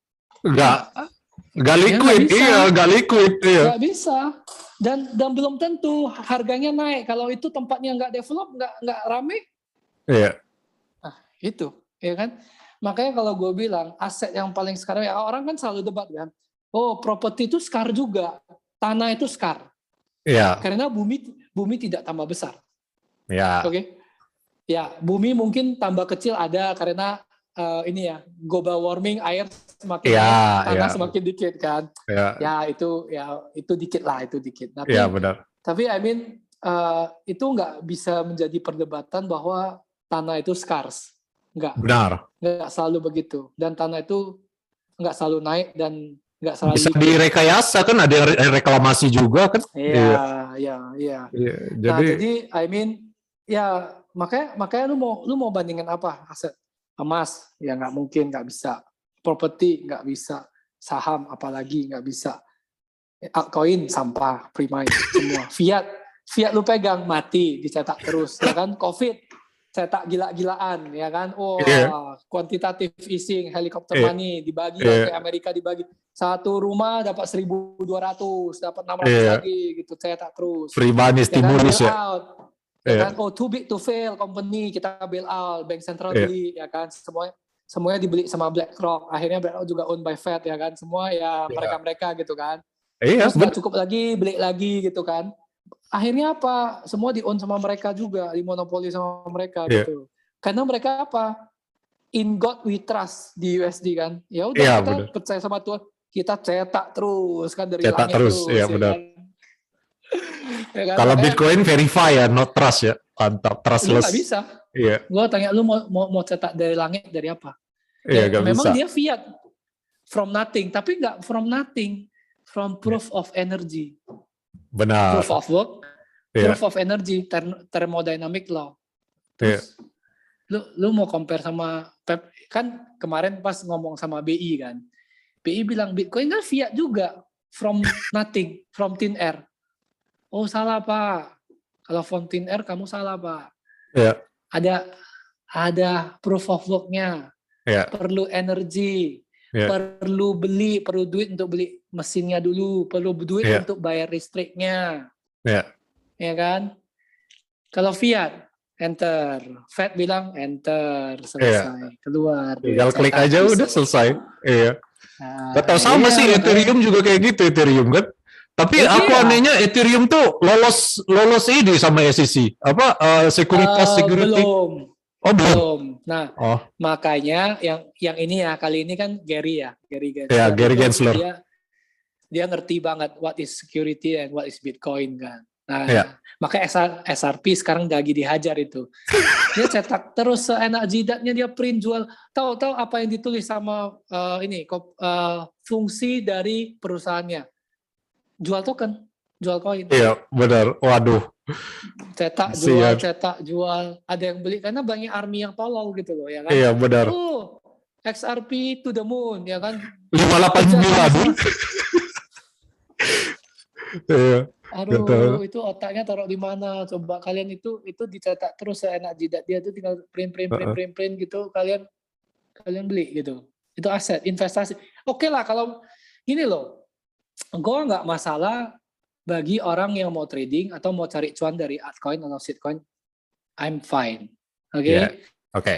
Nggak liquid, nggak liquid. Nggak bisa. Dan belum tentu harganya naik. Kalau itu tempatnya nggak develop, nggak rame. Iya. Nah, itu, ya kan? Makanya kalau gue bilang aset yang paling sekarang, ya orang kan selalu debat kan. Oh, properti itu SCAR juga, tanah itu SCAR. Iya. Karena bumi tidak tambah besar. Iya. Oke. Ya, bumi mungkin tambah kecil ada karena ini ya, global warming, air semakin naik, tanah semakin dikit kan. Ya itu dikit lah, itu dikit. Tapi, benar. Tapi itu nggak bisa menjadi perdebatan bahwa tanah itu scarce. Nggak selalu begitu. Dan tanah itu nggak selalu naik dan nggak selalu bisa direkayasa kan, ada reklamasi juga kan. Iya. Jadi ya makanya lu mau bandingin apa? Aset emas ya nggak mungkin, nggak bisa. Properti nggak bisa. Saham apalagi nggak bisa. Altcoin sampah, prime semua. Fiat lu pegang mati, dicetak terus, ya kan? Covid cetak gila-gilaan, ya kan? Quantitative easing, helikopter money dibagi ke Amerika, dibagi. Satu rumah dapat 1.200, dapat 600 lagi gitu, cetak terus. Free money stimulus ya. Ya kan? Too big to fail company, kita bail out, bank sentral beli, ya kan? Semuanya dibeli sama BlackRock. Akhirnya BlackRock juga owned by Fed, ya kan? Semua ya mereka gitu kan. Terus nggak cukup lagi, beli lagi gitu kan. Akhirnya apa? Semua di-own sama mereka juga, dimonopoli sama mereka gitu. Karena mereka apa? In God we trust di USD kan. Ya udah kita percaya sama Tuhan, kita cetak terus kan dari langit terus. Iya benar. Ya kan? Kalau Bitcoin verify ya, not trust ya. Mantap, trustless. Lu nggak bisa. Iya. Gua tanya lu mau cetak dari langit dari apa? Iya, nggak bisa. Memang dia fiat from nothing, tapi nggak from nothing, from proof of energy. Benar. Proof of work, proof of energy, thermodynamic law. Terus lu mau compare sama Pep, kan kemarin pas ngomong sama BI kan. BI bilang Bitcoin kan fiat juga, from nothing, from thin air. Oh salah Pak. Kalau from thin air kamu salah Pak. Iya. Ada proof of work-nya. Perlu energi. Perlu duit untuk beli mesinnya dulu, perlu duit untuk bayar listriknya. Ya kan? Kalau fiat, enter. Fed bilang enter, selesai, keluar. Tinggal klik aja udah selesai. Iya. Gak tau sama sih Ethereum juga kayak gitu, Ethereum kan. Tapi Jadi aku ya, anehnya Ethereum tuh lolos ini sama SEC. Apa sekuritas security? belum, Oh belum. belum. Nah, Oh makanya yang ini ya kali ini kan Gary ya, Gensler Gary itu Gensler. dia ngerti banget what is security and what is Bitcoin kan. Ya. Nah, makanya SRP sekarang lagi dihajar itu. Dia cetak terus seenak jidatnya, dia print jual. Tahu apa yang ditulis sama fungsi dari perusahaannya? Jual token, jual koin. Iya benar. Waduh. Siap. Cetak jual. Ada yang beli karena banyak army yang tolol gitu loh ya kan. Iya benar. Oh, XRP to the moon ya kan. 589. Iya. Aduh, itu otaknya taruh di mana? Coba kalian itu dicetak terus seenak jidat dia tuh tinggal print gitu. Kalian beli gitu. Itu aset, investasi. Oke lah kalau gini loh. Gue nggak masalah bagi orang yang mau trading atau mau cari cuan dari altcoin atau shitcoin. I'm fine. Oke. Iya. Oke.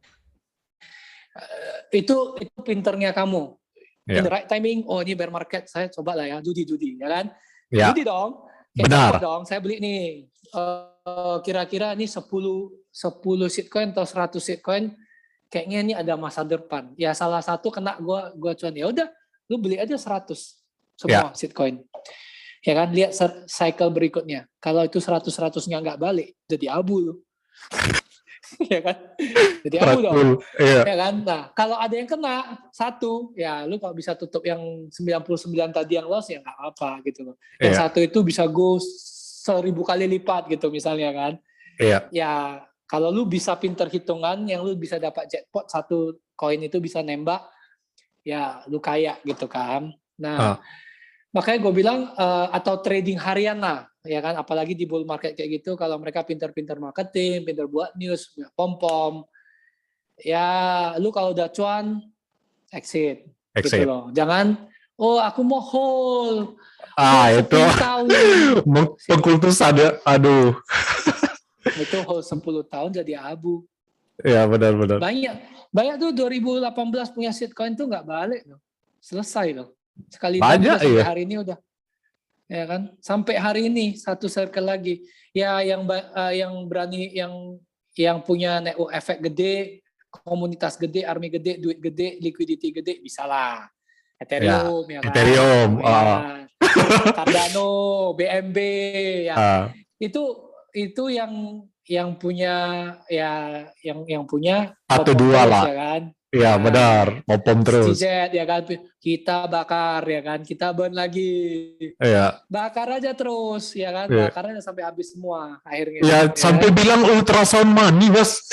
Itu pinternya kamu. Iya. In the right timing, oh ini bear market, saya coba lah ya, judi ya kan? Ya. Judi dong. Benar. Dong, saya beli nih. Kira-kira ini 10 shitcoin atau 100 shitcoin, kayaknya ini ada masa depan. Ya salah satu kena gua cuan, ya udah, lu beli aja 100 semua shitcoin. Ya kan, lihat cycle berikutnya. Kalau itu 100-100-nya nggak balik, jadi abu lu. Ya kan? Jadi abu dong. Iya. Ya kan? Nah, kalau ada yang kena satu, ya lu kalau bisa tutup yang 99 tadi yang loss ya nggak apa gitu loh. Yang satu itu bisa go 1000 kali lipat gitu misalnya kan. Iya. Ya kalau lu bisa pinter hitungan, yang lu bisa dapat jackpot satu koin itu bisa nembak, ya lu kaya gitu kan. Nah, makanya gue bilang atau trading harian lah, ya kan, apalagi di bull market kayak gitu, kalau mereka pintar-pintar marketing, pintar buat news, pom-pom, ya lu kalau udah cuan, exit. Gitu loh. Jangan, oh aku mau hold. Itu pengkultus aduh. Itu hold 10 tahun jadi abu. Ya benar-benar. Banyak tuh 2018 punya shitcoin tuh nggak balik loh. Selesai loh. Sekali banyak sampai hari ini udah. Ya kan? Sampai hari ini satu circle lagi. Ya yang berani yang punya network efek gede, komunitas gede, army gede, duit gede, liquidity gede, bisa lah. Ethereum, ya kan? Ethereum, Cardano, BNB, ya. Itu yang punya yang punya 1-2 lah. Ya kan? Iya benar, ngopom terus. CZ ya kan, kita bakar ya kan, kita burn lagi. Iya. Bakar aja terus ya kan, bakar aja sampai habis semua akhirnya. Ya sampai bilang ultrasound money mas.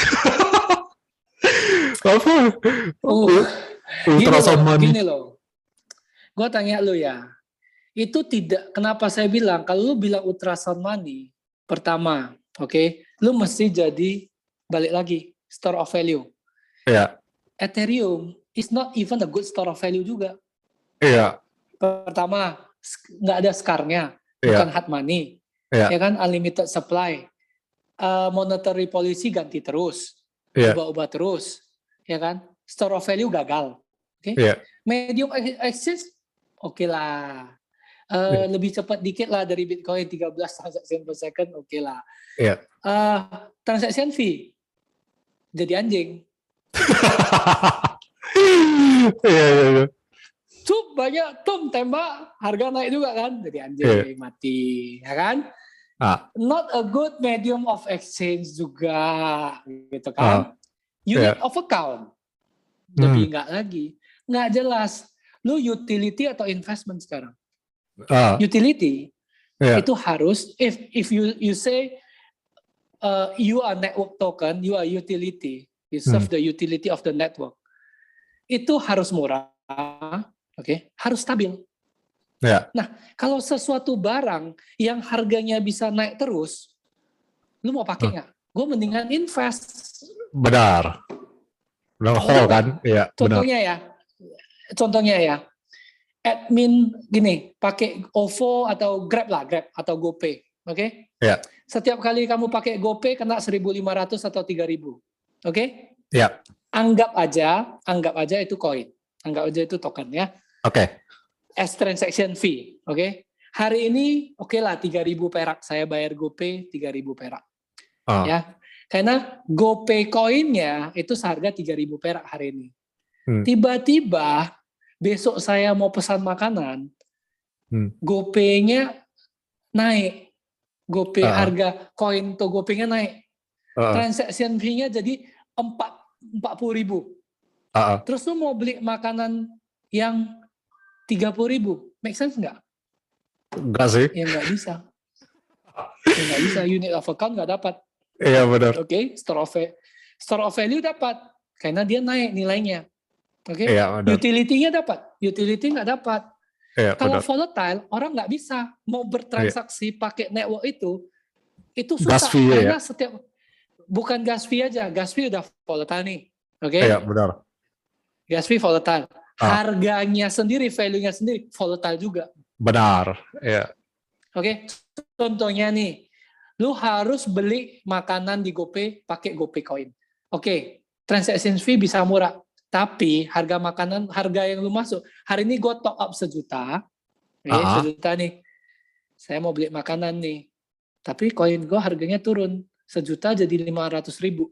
Apa? Ultrasound money. Gini loh, gue tanya lu ya, itu tidak, kenapa saya bilang kalau lu bilang ultrasound money, pertama, oke, lu mesti jadi balik lagi store of value. Iya. Ethereum is not even a good store of value juga. Iya. Pertama, nggak ada scarnya, bukan hard money, ya kan, unlimited supply, monetary policy ganti terus, ubah-ubah terus, ya kan, store of value gagal, oke? Medium exchange, oke lah, lebih cepat dikit lah dari Bitcoin 13 transaction per second, oke lah. Transaction fee jadi anjing. Iya. Cup banyak tembak, harga naik juga kan, jadi anjing mati, ya kan? Not a good medium of exchange juga, gitu kan? Unit of account, lebih nggak jelas. Lu utility atau investment sekarang? Utility itu harus, if you say you are network token, you are utility. You serve the utility of the network. Itu harus murah, harus stabil. Nah, kalau sesuatu barang yang harganya bisa naik terus, lu mau pakai nggak? Gue mendingan invest. Benar. Hold kan? Iya. Contohnya ya, admin gini, pakai OVO atau Grab atau GoPay, oke? Setiap kali kamu pakai GoPay kena 1.500 atau 3.000. Oke? Ya. Anggap aja itu koin. Anggap aja itu token ya. Oke. As transaction fee, oke? Hari ini oke lah 3.000 perak saya bayar GoPay 3.000 perak. Ya. Karena GoPay koinnya itu seharga 3.000 perak hari ini. Tiba-tiba besok saya mau pesan makanan, GoPay-nya naik. GoPay harga koin to GoPay-nya naik. Transaction fee-nya jadi 40.000. Terus lu mau beli makanan yang 30.000, make sense nggak? Enggak sih. Ya nggak bisa. Ya nggak bisa, unit of account nggak dapat. Iya benar. Oke, store of value dapat karena dia naik nilainya. Oke, utility-nya dapat, utility nggak dapat. Iya, kalau benar. volatile orang nggak bisa mau bertransaksi pakai network itu susah gas fee, karena setiap bukan gas fee aja, gas fee udah volatile nih. Oke. Iya benar. Gas fee volatile, harganya sendiri, value-nya sendiri volatile juga. Benar. Iya. Oke, contohnya nih. Lu harus beli makanan di GoPay pakai GoPay Coin. Oke, transaction fee bisa murah, tapi harga makanan, harga yang lu masuk, hari ini gue top up 1 juta, sejuta nih, saya mau beli makanan nih, tapi koin gue harganya turun, 1 juta jadi 500.000.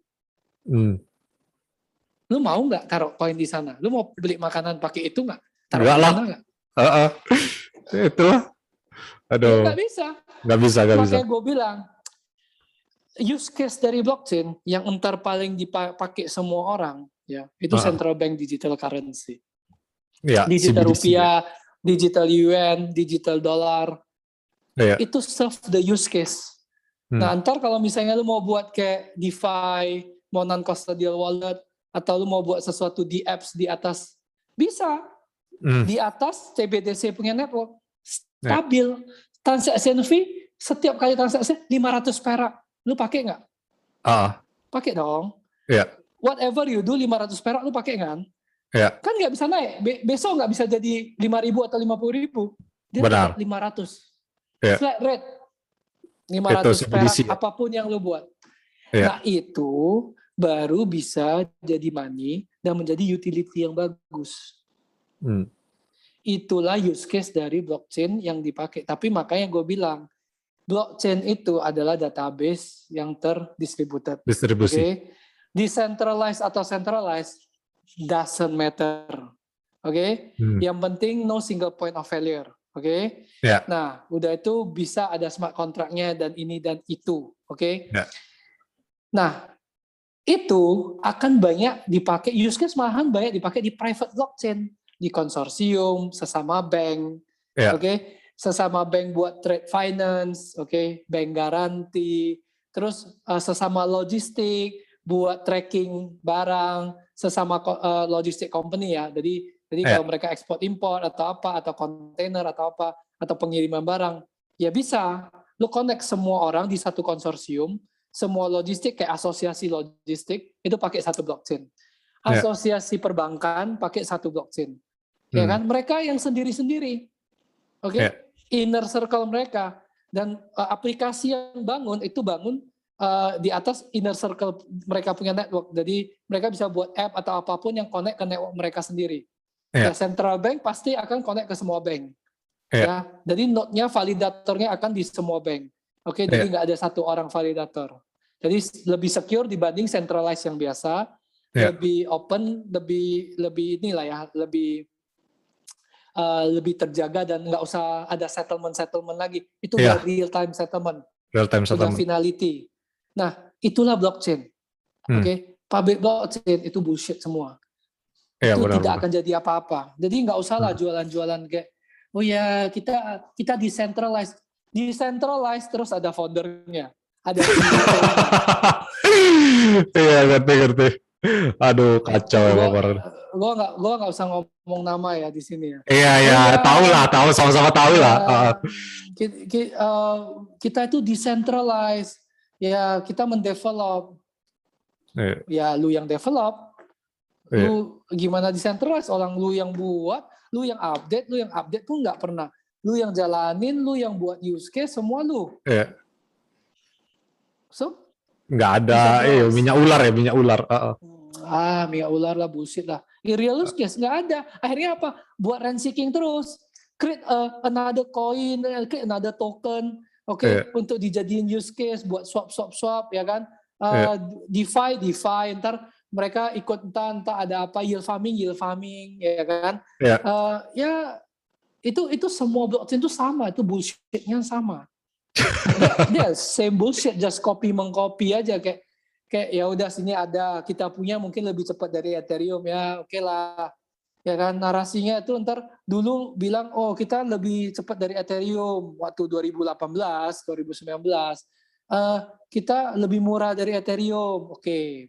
Lu mau nggak taruh koin di sana? Lu mau beli makanan pakai itu nggak? Taruh di sana nggak? Itulah. Aduh. Nggak bisa. Nggak bisa. Makanya gue bilang, use case dari blockchain yang entar paling dipakai semua orang, ya itu central bank digital currency, digital CBDC, rupiah, digital yuan, digital dollar, itu serve the use case. Nah entar kalau misalnya lu mau buat kayak DeFi, mau non custodial wallet, atau lu mau buat sesuatu di apps di atas, bisa di atas CBDC punya network stabil, transaction fee setiap kali transaksi 500 perak. Lu pakai nggak? Pakai dong. Whatever you do 500 perak lu pakai kan? Kan nggak bisa naik. Besok nggak bisa jadi 5.000 atau 50.000. Dia tetap 500. Flat rate. 500 perak apapun yang lu buat. Nah itu baru bisa jadi money dan menjadi utility yang bagus. Itulah use case dari blockchain yang dipakai. Tapi makanya gue bilang, blockchain itu adalah database yang terdistributed. Okay? Decentralized atau centralized doesn't matter. Okay? Yang penting no single point of failure. Okay? Nah, udah itu bisa ada smart contract-nya dan ini dan itu. Okay? Nah, itu akan banyak dipakai, use case malahan banyak dipakai di private blockchain, di konsorsium, sesama bank. Okay? Sesama bank buat trade finance, bank garanti, terus sesama logistik buat tracking barang, sesama logistik company ya. Jadi kalau mereka ekspor impor atau apa, atau kontainer atau apa, atau pengiriman barang, ya bisa. Lu connect semua orang di satu konsorsium, semua logistik kayak asosiasi logistik itu pakai satu blockchain. Asosiasi perbankan pakai satu blockchain. Ya kan? Mereka yang sendiri-sendiri. Inner circle mereka dan aplikasi yang bangun itu bangun di atas inner circle mereka punya network. Jadi mereka bisa buat app atau apapun yang connect ke network mereka sendiri. Ya, central bank pasti akan connect ke semua bank. Ya, jadi node-nya validatornya akan di semua bank. Jadi nggak ada satu orang validator. Jadi lebih secure dibanding centralized yang biasa, lebih open, lebih inilah ya, lebih terjaga dan nggak usah ada settlement lagi. Itu udah real time settlement. Udah finality. Nah, itulah blockchain. Public blockchain itu bullshit semua. Itu tidak akan jadi apa-apa. Jadi nggak usah lah jualan-jualan kayak, oh ya kita decentralized terus ada foundernya, ada ngerti. Aduh, kacau ya Pak. Gue nggak usah ngomong nama ya di sini ya. Iya, tahu sama-sama tahu lah. Kita itu decentralized, ya kita mendevelop. Ya lu yang develop, lu gimana decentralized? Orang lu yang buat, lu yang update pun nggak pernah. Lu yang jalanin, lu yang buat use case, semua lu. So nggak ada minyak ular. Minyak ular lah, bullshit lah. Real use case nggak ada. Akhirnya apa? Buat rent seeking terus. another coin, create another token, untuk dijadiin use case buat swap, ya kan? DeFi, ntar mereka ikut entah ada apa yield farming, ya kan? Itu semua blockchain itu sama, itu bullshitnya sama. Dia same bullshit, just mengcopy aja kayak ya udah sini ada, kita punya mungkin lebih cepat dari Ethereum ya, oke lah. Ya kan, narasinya itu ntar dulu bilang kita lebih cepat dari Ethereum waktu 2018, 2019. Kita lebih murah dari Ethereum. Oke.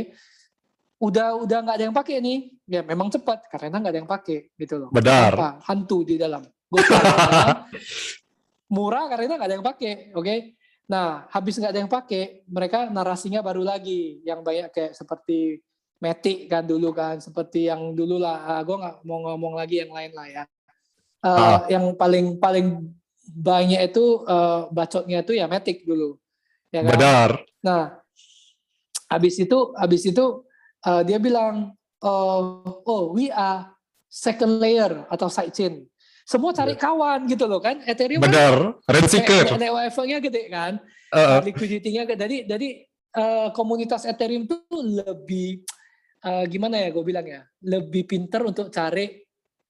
Udah nggak ada yang pakai nih. Ya memang cepat karena nggak ada yang pakai gitu loh. Benar. Apa? Hantu di dalam. Kan? Murah karena nggak ada yang pakai. Oke. Nah, habis nggak ada yang pakai, mereka narasinya baru lagi yang banyak kayak seperti Matic kan dulu kan, seperti yang dulu lah. Gue nggak mau ngomong lagi yang lain lah ya. Yang paling banyak itu bacotnya itu ya Matic dulu. Ya kan? Benar. Nah, habis itu dia bilang, we are second layer atau sidechain. Semua cari kawan gitu loh kan. Ethereum benar, kan rent seeker. Network-nya gede kan. Liquidity-nya gede. Jadi komunitas Ethereum itu lebih gimana ya gue bilang ya, lebih pinter untuk cari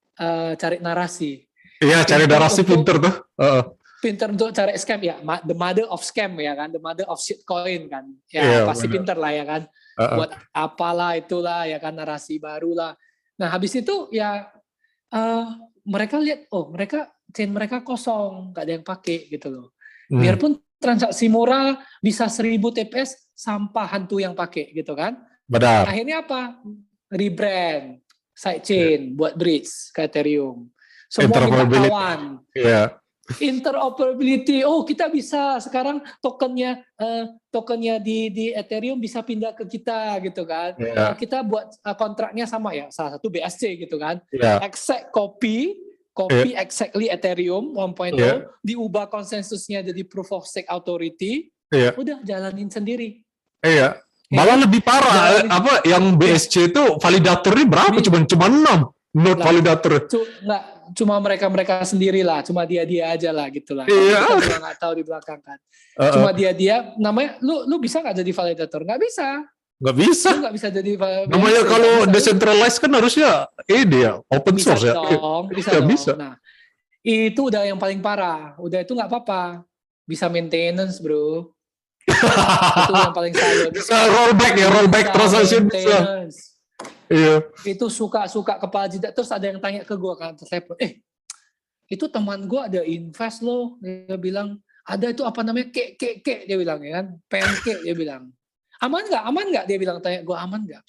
narasi. Iya, cari narasi pinter tuh. Pinter untuk cari scam ya, the mother of scam ya kan, the mother of shitcoin kan. Ya pasti bener. Pinter lah ya kan. Buat apalah itulah ya kan, narasi baru lah. Nah habis itu ya mereka lihat, chain mereka kosong, nggak ada yang pakai gitu loh. Biarpun transaksi murah bisa 1000 TPS, sampah hantu yang pakai gitu kan. Benar. Akhirnya apa? Rebrand, sidechain, buat bridge ke Ethereum. Semua minta kawan. Interoperability. Kita bisa sekarang tokennya di Ethereum bisa pindah ke kita gitu kan. Kita buat kontraknya sama ya. Salah satu BSC gitu kan. Exact copy exactly Ethereum 1.0 diubah konsensusnya jadi proof of stake authority. Udah jalanin sendiri. Malah lebih parah, yang BSC itu validatornya berapa? Cuma 6 node validator. Cuma mereka sendiri lah, cuma dia aja lah gitu lah. Kita juga nggak tahu di belakang kan. Cuma dia namanya, lu bisa nggak jadi validator? Nggak bisa. Nggak bisa. Lu nggak bisa jadi validator. Namanya kalau decentralized kan harusnya open source ya. Bisa dong. Nah, itu udah yang paling parah. Udah itu nggak apa-apa. Bisa maintenance bro. Itu yang paling sayang. Bisa rollback transaction bisa. Iya. Itu suka kepala jidat. Terus ada yang tanya ke gue kan, telepon, itu teman gue ada invest loh. Dia bilang, ada itu apa namanya, kek dia bilang ya kan, pancake dia bilang. Aman nggak? Dia bilang, tanya gue, aman nggak?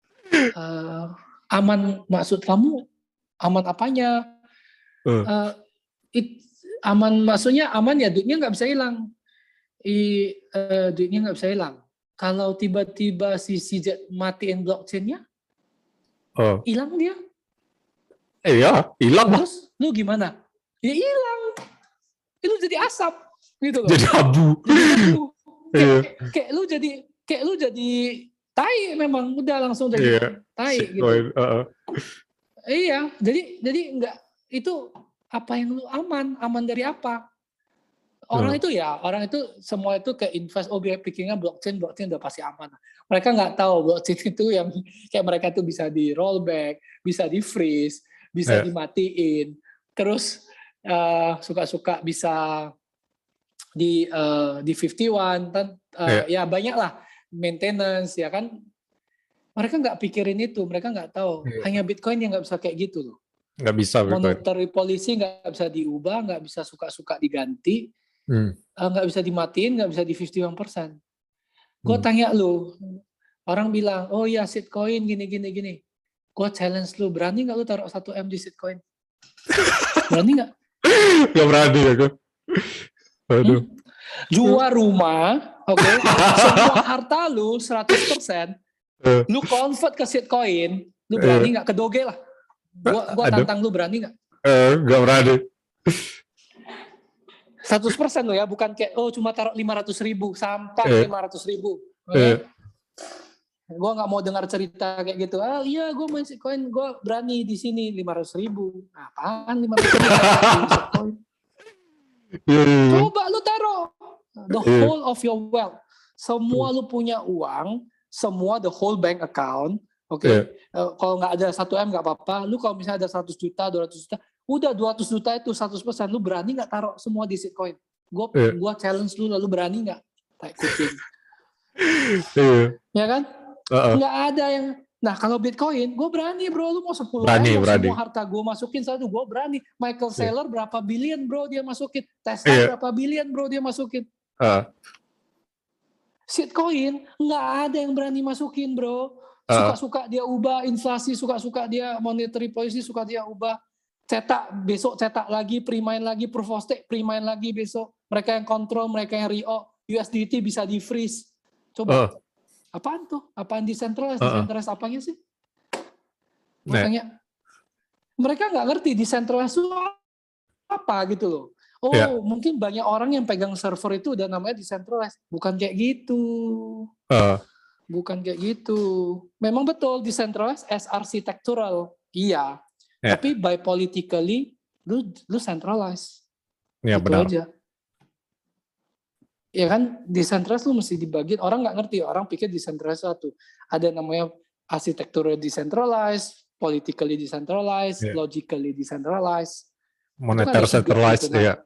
Aman maksud kamu? Aman apanya? Aman maksudnya aman ya, duitnya nggak bisa hilang. Duitnya nggak bisa hilang. Kalau tiba-tiba si CZ matiin blockchain-nya, hilang dia. Hilang lah. Terus lu gimana? Ya hilang. Itu jadi asap gitu loh. Jadi abu. Kayak lu jadi tai memang, udah langsung jadi tai gitu. Iya, jadi enggak, itu apa yang lu aman dari apa? Orang itu semua itu ke invest, pikirnya blockchain udah pasti aman. Mereka nggak tahu blockchain itu yang kayak mereka tuh bisa di rollback, bisa di freeze, bisa dimatiin, terus suka-suka bisa di 51 kan, ya banyak lah maintenance ya kan. Mereka nggak pikirin itu, mereka nggak tahu. Hanya Bitcoin yang nggak bisa kayak gitu loh. Nggak bisa. Monetary policy nggak bisa diubah, nggak bisa suka-suka diganti. Nggak bisa dimatiin, nggak bisa di 51%. Gue tanya lu, orang bilang, ya shitcoin gini. Gue challenge lu, berani nggak lu taruh 1 M di shitcoin? Berani nggak? Nggak berani ya gue. Aduh. Jual rumah, semua harta lu 100%, lu convert ke shitcoin, lu berani nggak? Ke Doge lah. Gue tantang lu, berani nggak? Nggak berani. 100% loh ya, bukan kayak cuma taruh 500.000, sampah 500.000. Gue nggak mau dengar cerita kayak gitu. Ah iya, gue main Bitcoin, gue berani di sini 500.000. Apaan 500.000 Bitcoin? Coba lu taruh the whole of your wealth. Semua lu punya uang, semua the whole bank account. Oke. Kalau nggak ada 1 M nggak apa-apa. Lu kalau misalnya ada 100 juta, 200 juta, udah 200 juta itu 100%. Lu berani nggak taruh semua di Bitcoin? Gue challenge lu, lalu berani nggak? Kayak kucing. Ya kan? Nggak ada yang. Nah kalau Bitcoin, gue berani bro. Lu mau 10 M, semua harta gue masukin satu, gue berani. Michael Saylor berapa billion bro dia masukin. Tesla berapa billion bro dia masukin. Shitcoin nggak ada yang berani masukin bro. Suka-suka dia ubah inflasi, suka-suka dia monetary policy, suka dia ubah. Cetak besok, cetak lagi, pre-mine lagi, proof of stake, pre-mine lagi besok. Mereka yang kontrol, mereka yang re-op. USDT bisa di freeze. Coba. Apaan tuh? Apaan decentralized? Decentralized apanya sih? Makanya mereka nggak ngerti decentralized itu apa gitu loh. Mungkin banyak orang yang pegang server itu udah namanya decentralized. Bukan kayak gitu. Bukan kayak gitu. Memang betul decentralized as architectural. Iya. Tapi by politically lu centralized. Ya, itu benar. aja. Ya kan, decentralized lu mesti dibagiin. Orang nggak ngerti, orang pikir decentralized satu. Ada namanya architectural decentralized, politically decentralized, logically decentralized. Monetar centralized, gitu, nah.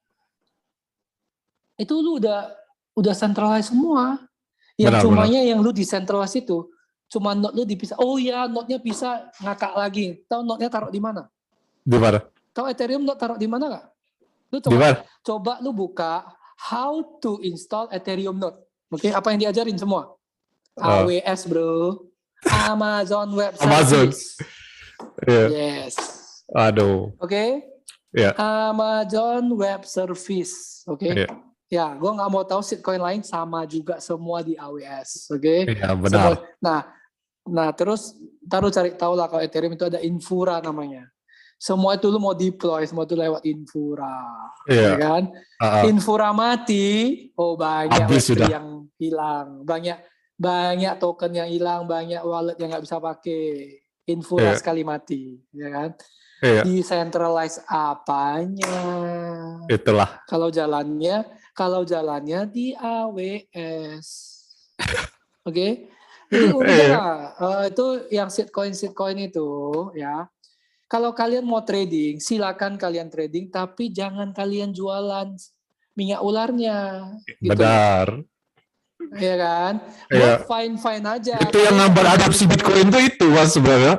Itu lu udah centralized semua. Yang cumanya yang lu decentralized itu, cuma node lu dipisah. Oh ya, node-nya bisa ngakak lagi. Tahu node-nya taruh di mana? Di mana? Tahu Ethereum node taruh di mana nggak? Lu coba lu buka how to install Ethereum node. Oke, apa yang diajarin semua? AWS bro, Amazon Web Service. Yes. Aduh. Oke. Amazon Web Service. Oke. Ya, gue nggak mau tahu shitcoin lain, sama juga semua di AWS. Oke. Iya, benar. Semua, nah terus taruh cari tahu lah kalau Ethereum itu ada Infura namanya. Semua itu lu mau deploy, semua itu lewat Infura, ya kan? Infura mati, banyak Web3 yang hilang, banyak token yang hilang, banyak wallet yang nggak bisa pakai. Infura sekali mati, ya kan? Decentralize apanya? Itulah. Kalau jalannya di AWS, oke? Jadi udah itu yang shitcoin itu ya. Kalau kalian mau trading, silakan kalian trading, tapi jangan kalian jualan minyak ularnya. Gitu. Benar. Iya kan? Gue fine aja. Itu yang ngambil adopsi Bitcoin itu mas sebenarnya.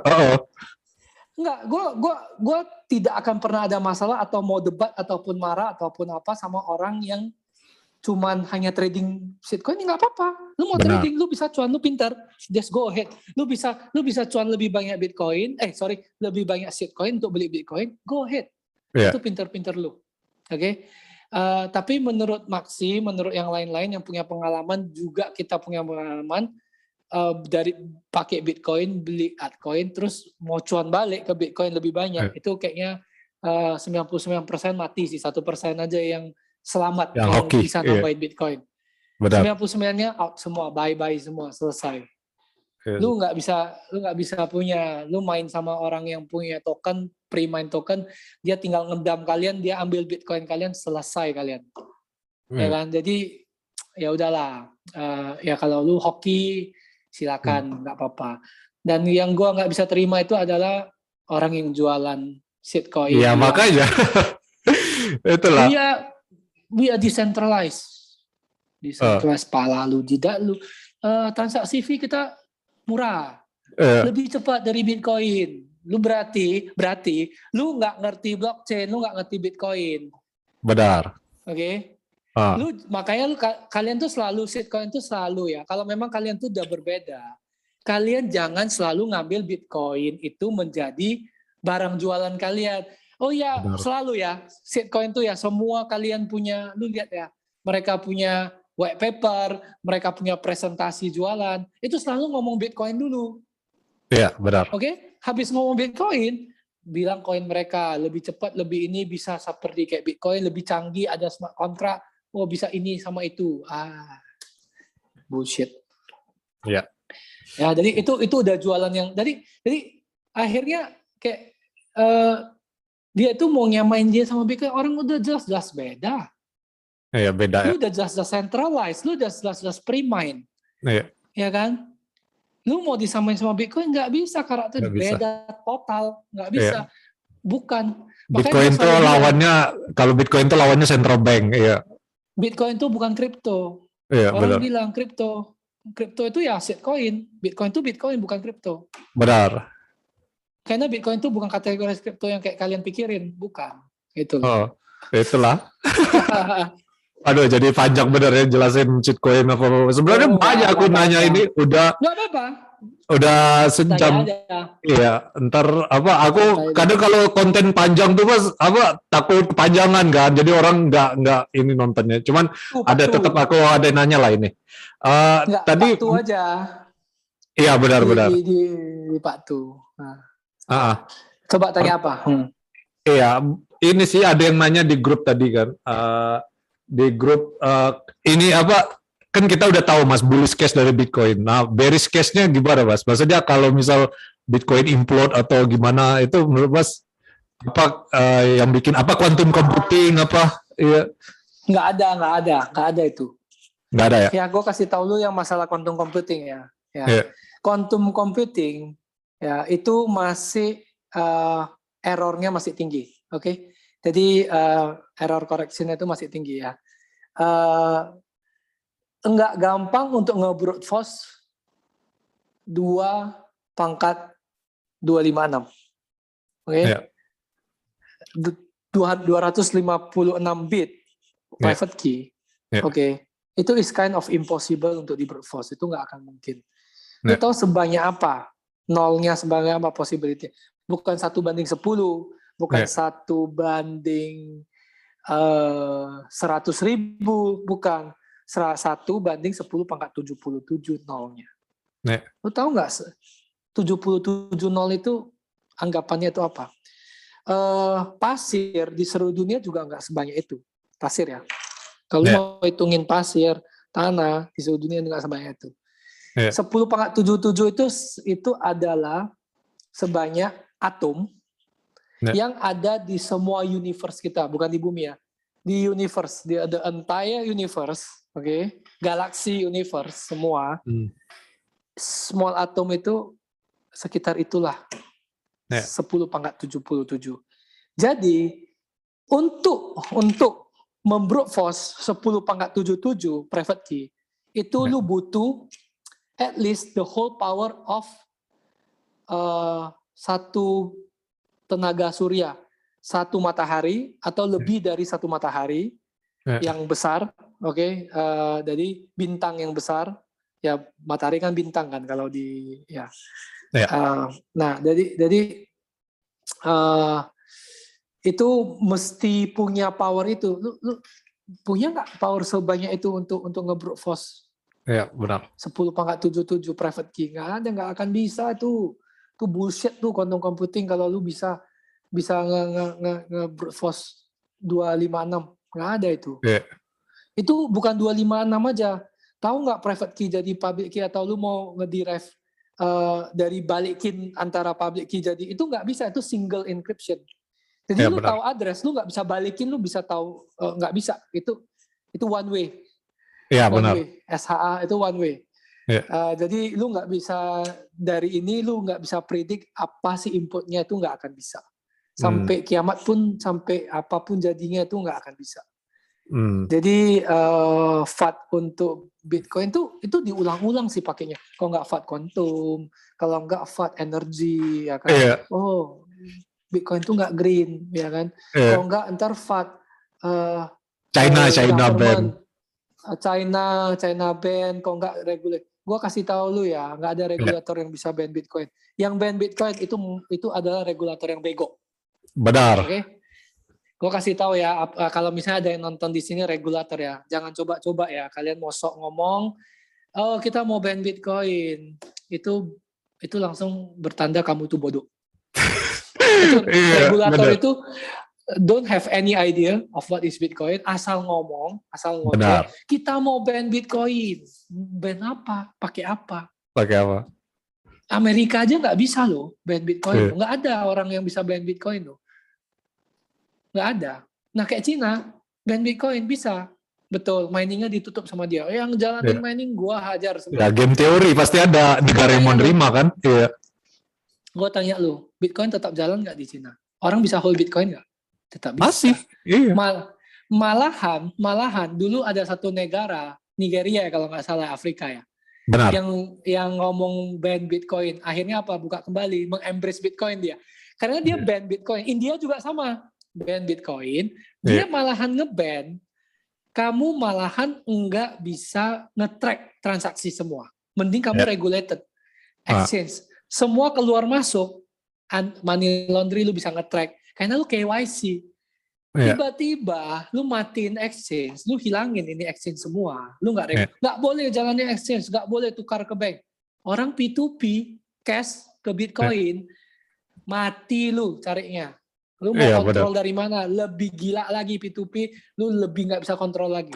Enggak, gue tidak akan pernah ada masalah atau mau debat ataupun marah ataupun apa sama orang yang cuman hanya trading shitcoin, nggak apa-apa. Lu mau trading, lu bisa cuan, lu pintar, just go ahead. Lu bisa cuan lebih banyak Bitcoin, lebih banyak shitcoin untuk beli Bitcoin, go ahead. Itu pintar-pintar lu. Oke. Tapi menurut Maxi, menurut yang lain-lain yang punya pengalaman, juga kita punya pengalaman dari pakai Bitcoin, beli altcoin, terus mau cuan balik ke Bitcoin lebih banyak, itu kayaknya 99% mati sih, 1% aja yang selamat yang bisa nambahin Bitcoin. 99-nya out semua, bye-bye semua, selesai. Lu nggak bisa punya, lu main sama orang yang punya token, pre-mine token, dia tinggal ngedam kalian, dia ambil Bitcoin kalian, selesai kalian. Ya kan? Jadi ya udahlah. Ya kalau lu hoki silakan, nggak apa-apa. Dan yang gua nggak bisa terima itu adalah orang yang jualan shitcoin. Iya, makanya. Itulah. We are decentralized. Decentralized pala lu, tidak lu. Transaksi fee kita murah. Lebih cepat dari Bitcoin. Lu berarti lu nggak ngerti blockchain, lu nggak ngerti Bitcoin. Benar. Oke. Makanya kalian tuh selalu shitcoin tuh selalu ya. Kalau memang kalian tuh udah berbeda, kalian jangan selalu ngambil Bitcoin itu menjadi barang jualan kalian. Oh ya, selalu ya, shitcoin tuh ya semua kalian punya, lu lihat ya, mereka punya white paper, mereka punya presentasi jualan, itu selalu ngomong Bitcoin dulu. Iya, benar. Oke, habis ngomong Bitcoin, bilang koin mereka lebih cepat, lebih ini, bisa seperti kayak Bitcoin, lebih canggih, ada smart contract, bisa ini sama itu. Bullshit. Iya. Ya, jadi itu udah jualan yang jadi akhirnya kayak dia itu mau nyamain dia sama Bitcoin, orang udah jelas-jelas beda. Iya, beda ya. Lu udah jelas-jelas centralized, lu udah jelas-jelas pre-mine. Iya. Ya kan? Lu mau disamain sama Bitcoin nggak bisa, karakter Nggak bisa. beda total, nggak Iya. bisa. Bukan. Makanya Bitcoin gua tuh selalu bilang, lawannya, kalau Bitcoin tuh lawannya central bank, iya. Bitcoin itu bukan kripto. Iya, Orang benar. bilang kripto itu ya aset koin. Bitcoin itu Bitcoin bukan kripto. Benar. Karena Bitcoin itu bukan kategori kripto yang kayak kalian pikirin, bukan. Itu loh. Oh, itulah. Aduh, jadi panjang bener ya jelasin shitcoin apa. Sebenarnya banyak aku nanya ini udah Nggak apa-apa. sejam. Tanya aja. Iya, ntar apa aku Santai kadang kalau konten panjang tuh Mas apa takut kepanjangan kan. Jadi orang nggak ini nontonnya. Cuman ada tetap aku ada nanya lah ini. Nggak, Tadi Pak Tu aja. iya benar-benar. Di Pak Tu. Nah. Coba tanya apa? Iya, ini sih ada yang nanya di grup tadi kan. Di grup ini apa kan kita udah tahu Mas bullish case dari Bitcoin. Nah, bearish case-nya gimana Mas? Maksudnya kalau misal Bitcoin implode atau gimana itu menurut Mas apa yang bikin apa quantum computing apa? Iya. Nggak ada itu. Nggak ada ya? Ya, gue kasih tahu lu yang masalah quantum computing ya. Yeah. Quantum computing ya itu masih errornya masih tinggi, oke? Jadi error correction-nya itu masih tinggi ya. Enggak gampang untuk nge-brute force 2.256. Oke. Yeah. 256 bit private key. Yeah. Oke. Itu is kind of impossible untuk di brute force, itu nggak akan mungkin. Lu Yeah. tahu sebanyak apa? Nolnya sebanyak apa possibility? Bukan 1/10, bukan 1/100.000, bukan 1/10⁻77 nolnya. Yeah. Lu tahu nggak 77 nol itu anggapannya itu apa? Pasir di seluruh dunia juga nggak sebanyak itu. Pasir ya. Kalau mau hitungin pasir, tanah di seluruh dunia nggak sebanyak itu. 10⁻77 itu adalah sebanyak atom yang ada di semua universe kita, bukan di bumi ya. Di universe, di the entire universe, oke, galaksi universe semua. Small atom itu sekitar itulah. 10⁻77. Jadi untuk membrute force 10⁻77 private key itu lu butuh at least the whole power of satu tenaga surya, satu matahari atau lebih dari satu matahari yang besar, oke? Jadi bintang yang besar, ya matahari kan bintang kan kalau di ya. Nah, jadi itu mesti punya power itu. Lu punya nggak power sebanyak itu untuk nge-brute force? Iya, benar. 10⁻77 private key nggak akan bisa tuh. Itu bullshit tuh quantum computing kalau lu bisa nge-brute force 256. Nggak ada itu. Yeah. Itu bukan 256 aja. Tahu nggak private key jadi public key atau lu mau ngederive dari balikin antara public key jadi itu nggak bisa, itu single encryption. Jadi lu tahu address, lu nggak bisa balikin, lu bisa tahu nggak bisa. Itu one way. Iya benar. SHA itu one way. Yeah. Jadi lu nggak bisa dari ini, lu nggak bisa predik apa sih inputnya, itu nggak akan bisa. Sampai kiamat pun, sampai apapun jadinya itu nggak akan bisa. Jadi FAT untuk Bitcoin itu diulang-ulang sih pakainya. Kalau nggak FAT quantum, kalau nggak FAT energy, ya kan? Yeah. Oh, Bitcoin itu nggak green, ya kan? Yeah. Kalau nggak ntar FAT China ban. China ban, kalau nggak regulate. Gue kasih tahu lu ya, nggak ada regulator yang bisa ban Bitcoin. Yang ban Bitcoin itu adalah regulator yang bego. Benar. Oke, gue kasih tahu ya. Kalau misalnya ada yang nonton di sini regulator ya, jangan coba-coba ya. Kalian mau sok ngomong, oh kita mau ban Bitcoin, itu langsung bertanda kamu tuh bodoh. Regulator itu don't have any idea of what is Bitcoin, asal ngomong, Benar. kita mau ban Bitcoin. Ban apa? Pakai apa? Pakai apa? Amerika aja nggak bisa loh ban Bitcoin. Iya. Nggak ada orang yang bisa ban Bitcoin loh. Nggak ada. Nah kayak Cina, ban Bitcoin bisa. Betul, miningnya ditutup sama dia. Yang jalanin Iya. mining gua hajar Ya, semua. game teori pasti ada negara yang mau nerima kan? Iya. Gua tanya lu, Bitcoin tetap jalan nggak di Cina? Orang bisa hold Bitcoin nggak? Tetap Masih. bisa. Iya. Malahan dulu ada satu negara, Nigeria kalau nggak salah, Afrika ya, Benar. yang ngomong ban Bitcoin. Akhirnya apa? Buka kembali, mengembrace Bitcoin dia. Karena dia ban Bitcoin. India juga sama, ban Bitcoin. Dia malahan ngeban. Kamu malahan nggak bisa nge-track transaksi semua. Mending kamu regulated exchange. Semua keluar masuk, money laundry lu bisa nge-track. Karena lu KYC. Tiba-tiba lu matiin exchange, lu hilangin ini exchange semua. Lu nggak boleh jalannya exchange, nggak boleh tukar ke bank. Orang P2P, cash ke Bitcoin, mati lu carinya. Lu mau kontrol dari mana? Lebih gila lagi P2P, lu lebih nggak bisa kontrol lagi.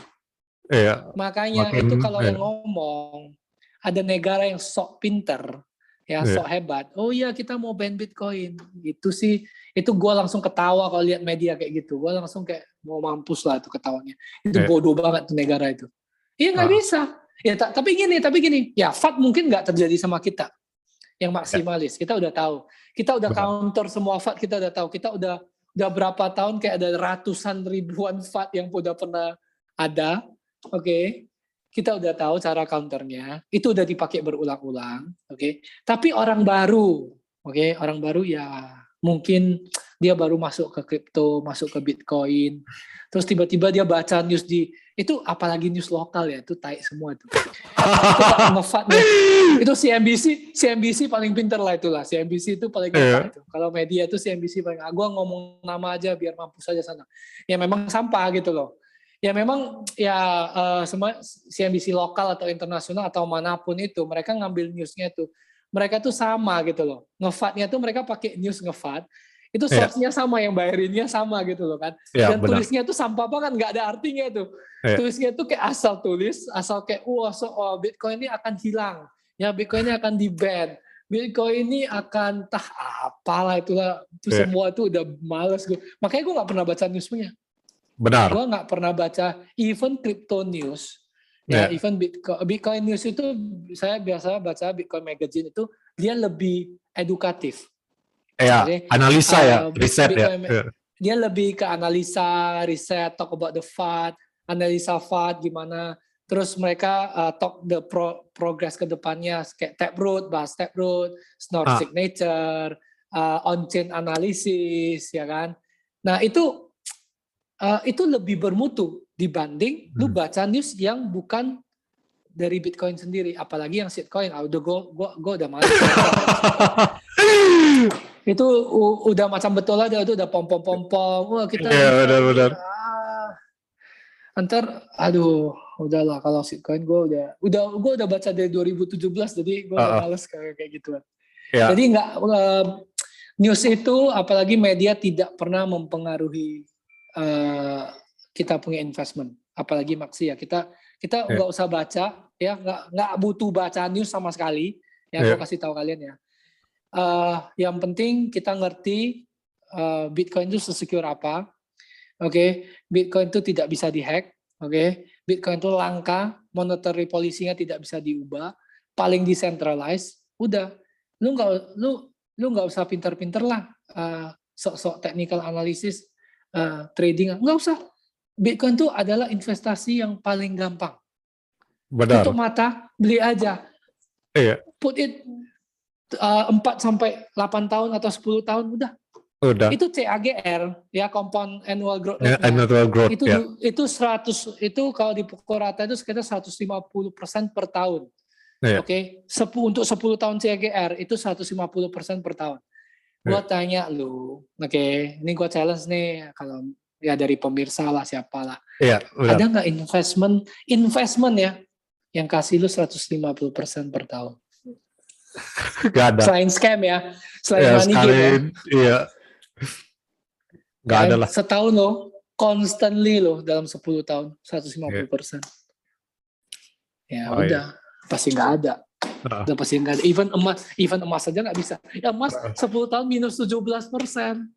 Makanya itu kalau yang ngomong, ada negara yang sok pinter, ya sok hebat. Oh iya kita mau ban Bitcoin. Itu sih, itu gue langsung ketawa kalau lihat media kayak gitu. Gue langsung kayak mau mampus lah itu ketawanya. Itu bodoh banget tuh negara itu. Iya nggak bisa. Ya tapi gini. Ya FAT mungkin nggak terjadi sama kita yang maksimalis. Kita udah tahu. Kita udah counter semua FAT. Kita udah tahu. Kita udah berapa tahun kayak ada ratusan ribuan FAT yang udah pernah ada. Oke. Kita udah tahu cara counternya, itu udah dipakai berulang-ulang, oke. Tapi orang baru, orang baru ya mungkin dia baru masuk ke kripto, masuk ke Bitcoin, terus tiba-tiba dia baca news itu apalagi news lokal ya, itu tai semua itu. Itu ngefatnya, itu CNBC paling pinter lah itulah, CNBC itu paling ngefat itu. Kalau media itu CNBC paling, gua ngomong nama aja biar mampus aja sana. Ya memang sampah gitu loh. Ya memang ya semua CNBC lokal atau internasional atau manapun itu mereka ngambil newsnya itu mereka tuh sama gitu loh, ngefatnya tuh mereka pakai news ngefat itu source-nya sama, yang bayarinnya sama gitu loh kan, dan tulisnya tuh sampah banget, nggak ada artinya itu, tulisnya tuh kayak asal tulis, asal kayak Bitcoin ini akan hilang ya, Bitcoin ini akan di-ban, Bitcoin ini akan apalah itulah, itu semua tuh udah males gue, makanya gue nggak pernah baca newsnya. Benar. Gue nggak pernah baca even crypto news, ya even Bitcoin news itu saya biasa baca Bitcoin Magazine itu dia lebih edukatif. Analisa ya, riset Bitcoin, ya. Dia lebih ke analisa, riset, talk about the FAT, analisa FAT gimana. Terus mereka talk the progress ke depannya kayak Taproot, bahas Taproot, Snort Signature, on-chain analysis, ya kan. Nah itu lebih bermutu dibanding lu baca news yang bukan dari Bitcoin sendiri, apalagi yang shitcoin. Udah gue udah malas. Itu udah macam betul aja, itu udah pom. Wah kita benar. Antar, udahlah kalau shitcoin gue udah baca dari 2017, jadi gue udah males kayak gituan. Jadi nggak news itu, apalagi media tidak pernah mempengaruhi kita punya investment, apalagi maksi ya, kita nggak usah baca ya, nggak butuh baca news sama sekali ya. Gue kasih tahu kalian ya, yang penting kita ngerti Bitcoin itu sesecure apa, Bitcoin itu tidak bisa dihack, Bitcoin itu langka, monetary policy-nya tidak bisa diubah, paling decentralized, udah, lu nggak usah pinter-pinter lah, sok-sok technical analysis, trading, nggak usah. Bitcoin itu adalah investasi yang paling gampang. Benar. Tutup mata, beli aja. Put it 4-8 tahun atau 10 tahun, udah. Itu CAGR ya, compound annual growth rate. Itu 100, itu kalau dipukul rata itu sekitar 150% per tahun. Untuk 10 tahun CAGR itu 150% per tahun. Gue tanya lu, ini gue challenge nih, kalau ya dari pemirsa lah, siapa lah, ada nggak investment ya yang kasih lu 150% per tahun? Gak ada. Selain scam ya, selain money game ya. Gak ada lah. Setahun lo, constantly lo dalam 10 tahun 150%. Ya udah, pasti nggak ada. Udah pasti nggak ada. Even emas aja nggak bisa. Ya emas 10 tahun minus 17%.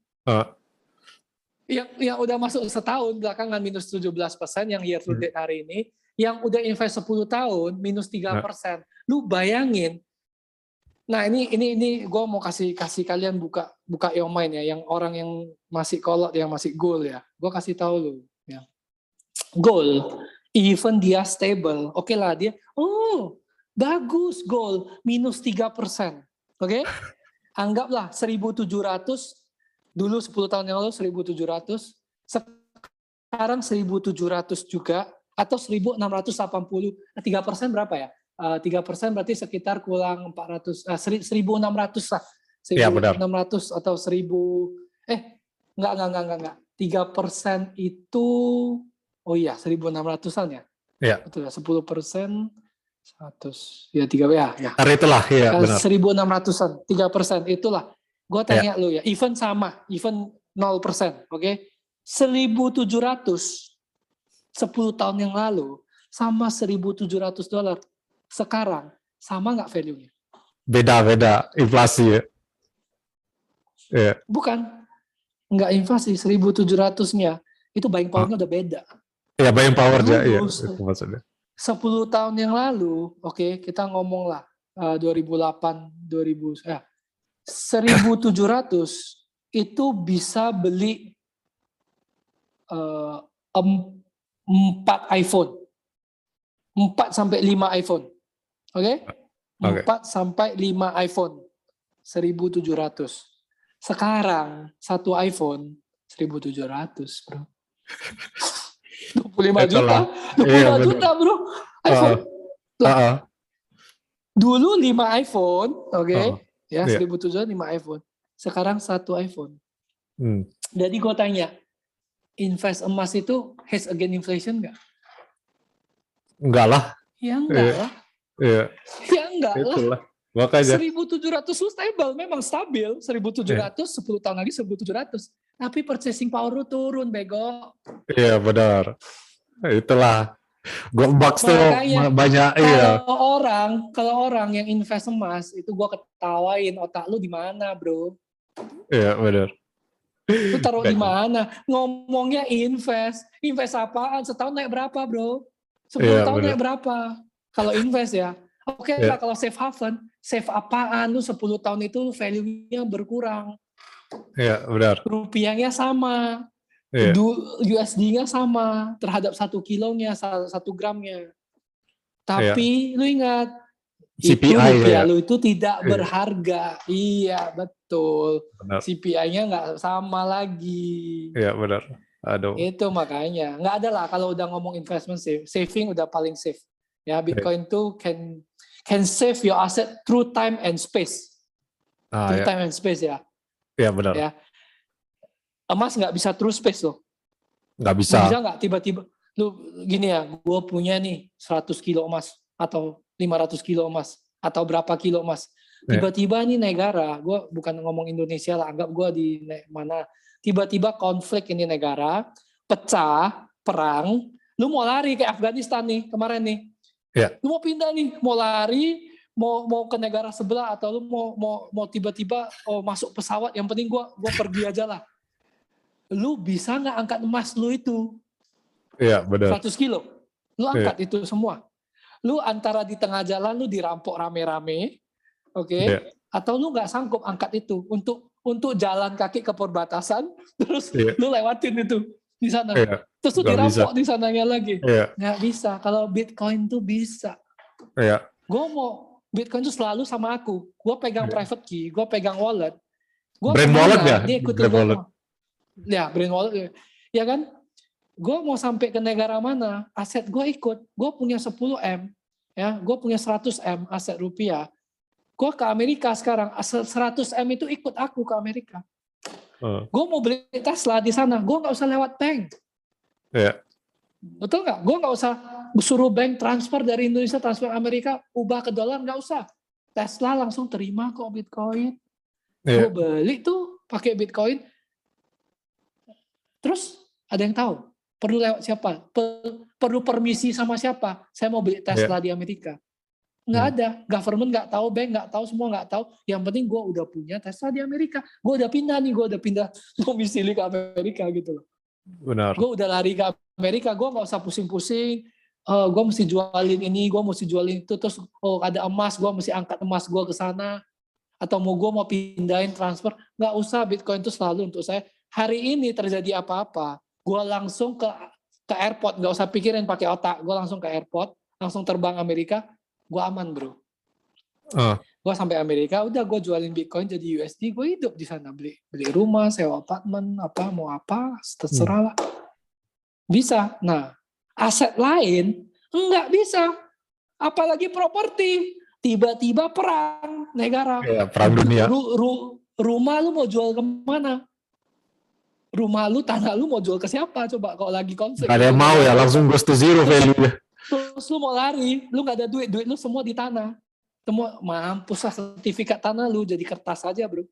Yang udah masuk setahun belakangan minus 17%, yang year to date hari ini, yang udah invest 10 tahun minus 3%. Lu bayangin. Nah, ini gue mau kasih kalian buka your mind ya, yang orang yang masih kolot, yang masih gold ya. Gue kasih tahu lu ya. Gold, even dia stable, oke lah dia, bagus gold minus 3%. Oke? Anggaplah 1.700, dulu 10 tahun yang lalu 1.700, sekarang 1.700 juga, atau 1.680. 3% berapa ya? 3% berarti sekitar kurang 400, 1.600 lah. 1.600 Ya, benar. atau 1.000, enggak. 3% itu, 1.600-an ya? Iya. Betul ya, 10%, 100, ya 3, ya. Itulah, ya benar. 1.600-an, 3%, itulah. Gue tanya lu ya, even 0%, oke? 1.700, 10 tahun yang lalu, sama $1.700. Sekarang, sama nggak value-nya? Beda, inflasi ya. Yeah. Bukan, nggak inflasi, 1.700-nya, itu buying power-nya udah beda. Ya, buying power aja, iya. 10 tahun yang lalu, oke, kita ngomong lah, 2008, 1.700 itu bisa beli 4 iPhone. 4 sampai 5 iPhone. Oke? 4 sampai 5 iPhone. 1.700. Sekarang 1 iPhone 1.700, Bro. 25 juta. 25 juta, Bro. iPhone. Dulu 5 iPhone, oke? Ya, 1.700 5 iPhone. Sekarang 1 iPhone. Jadi gue tanya, invest emas itu hedge against inflation nggak? Enggak lah. Ya enggak lah. Iya. Ya enggak Itulah. lah. Makanya. 1.700 lu stable, memang stabil. 1.700, 10 tahun lagi 1.700. Tapi purchasing power lu turun, bego. Iya, benar. Itulah. Goldbucks tuh banyak. Kalau orang yang invest emas, itu gue ketawain, otak lu di mana, bro? Iya, benar. Lu taruh di mana? Ngomongnya invest apaan? Setahun naik berapa, bro? 10 tahun naik berapa? Kalau invest ya. Oke lah, kalau safe haven, safe apaan? Lu 10 tahun itu value-nya berkurang. Iya, benar. Rupiahnya sama. USD-nya sama terhadap 1 kilonya, 1 gramnya. Tapi lu ingat, CPI itu rupiah lu itu tidak berharga. Iya, betul. Benar. CPI-nya nggak sama lagi. Iya, benar. Aduh. Itu makanya. Nggak ada lah kalau udah ngomong investment saving udah paling safe. Ya, Bitcoin tuh can save your asset through time and space. Through time and space ya. Iya, benar. Ya. Emas nggak bisa through space loh. Nggak bisa. Bisa nggak tiba-tiba, lu gini ya, gue punya nih 100 kilo emas, atau 500 kilo emas, atau berapa kilo emas. Tiba-tiba nih negara, gue bukan ngomong Indonesia lah, anggap gue di mana, tiba-tiba konflik ini negara, pecah, perang, lu mau lari ke Afghanistan nih, kemarin nih. Lu mau pindah nih, mau lari, mau ke negara sebelah, atau lu mau tiba-tiba masuk pesawat, yang penting gue pergi aja lah. Lu bisa nggak angkat emas lu itu? Iya, benar. 100 kilo. Lu angkat itu semua. Lu antara di tengah jalan lu dirampok rame-rame, oke? Atau lu nggak sanggup angkat itu untuk jalan kaki ke perbatasan, terus lu lewatin itu di sana. Terus lu dirampok di sananya lagi. Nggak bisa. Kalau Bitcoin tuh bisa. Gue mau Bitcoin tuh selalu sama aku. Gue pegang private key, gue pegang wallet. Brand wallet ya? Dia ikutin gue. Ya, brand wallet. Ya kan? Gue mau sampai ke negara mana, aset gue ikut. Gue punya 10M, ya, gue punya 100M aset rupiah. Gue ke Amerika sekarang, 100M itu ikut aku ke Amerika. Gue mau beli Tesla di sana, gue nggak usah lewat bank. Betul nggak? Gue nggak usah suruh bank transfer dari Indonesia, transfer Amerika, ubah ke dolar, nggak usah. Tesla langsung terima kok Bitcoin. Gue beli tuh pakai Bitcoin. Terus ada yang tahu? Perlu lewat siapa? Perlu permisi sama siapa? Saya mau beli Tesla di Amerika. Nggak ada, government nggak tahu, bank nggak tahu, semua nggak tahu. Yang penting gue udah punya Tesla di Amerika. Gue udah pindah domisili ke Amerika gitu loh. Benar. Gue udah lari ke Amerika, gue nggak usah pusing-pusing. Gue mesti jualin ini, gue mesti jualin itu. Terus ada emas, gue mesti angkat emas gue ke sana. Atau gue mau pindahin transfer. Nggak usah, Bitcoin itu selalu untuk saya. Hari ini terjadi apa-apa, gue langsung ke airport, nggak usah pikirin pakai otak. Gue langsung ke airport, langsung terbang Amerika. Gue aman bro. Gue sampai Amerika, udah gue jualin Bitcoin jadi USD, gue hidup di sana, beli rumah, sewa apartemen, mau apa, terserah lah. Bisa. Nah, aset lain nggak bisa. Apalagi properti, tiba-tiba perang negara. Ya, perang dunia. Rumah lu mau jual kemana? Rumah lu, tanah lu mau jual ke siapa? Coba kalau lagi konflik. Gak ada yang mau ya, langsung goes to zero value. Terus lu mau lari, lu gak ada duit lu semua di tanah. Semua mampus lah, sertifikat tanah lu jadi kertas aja bro.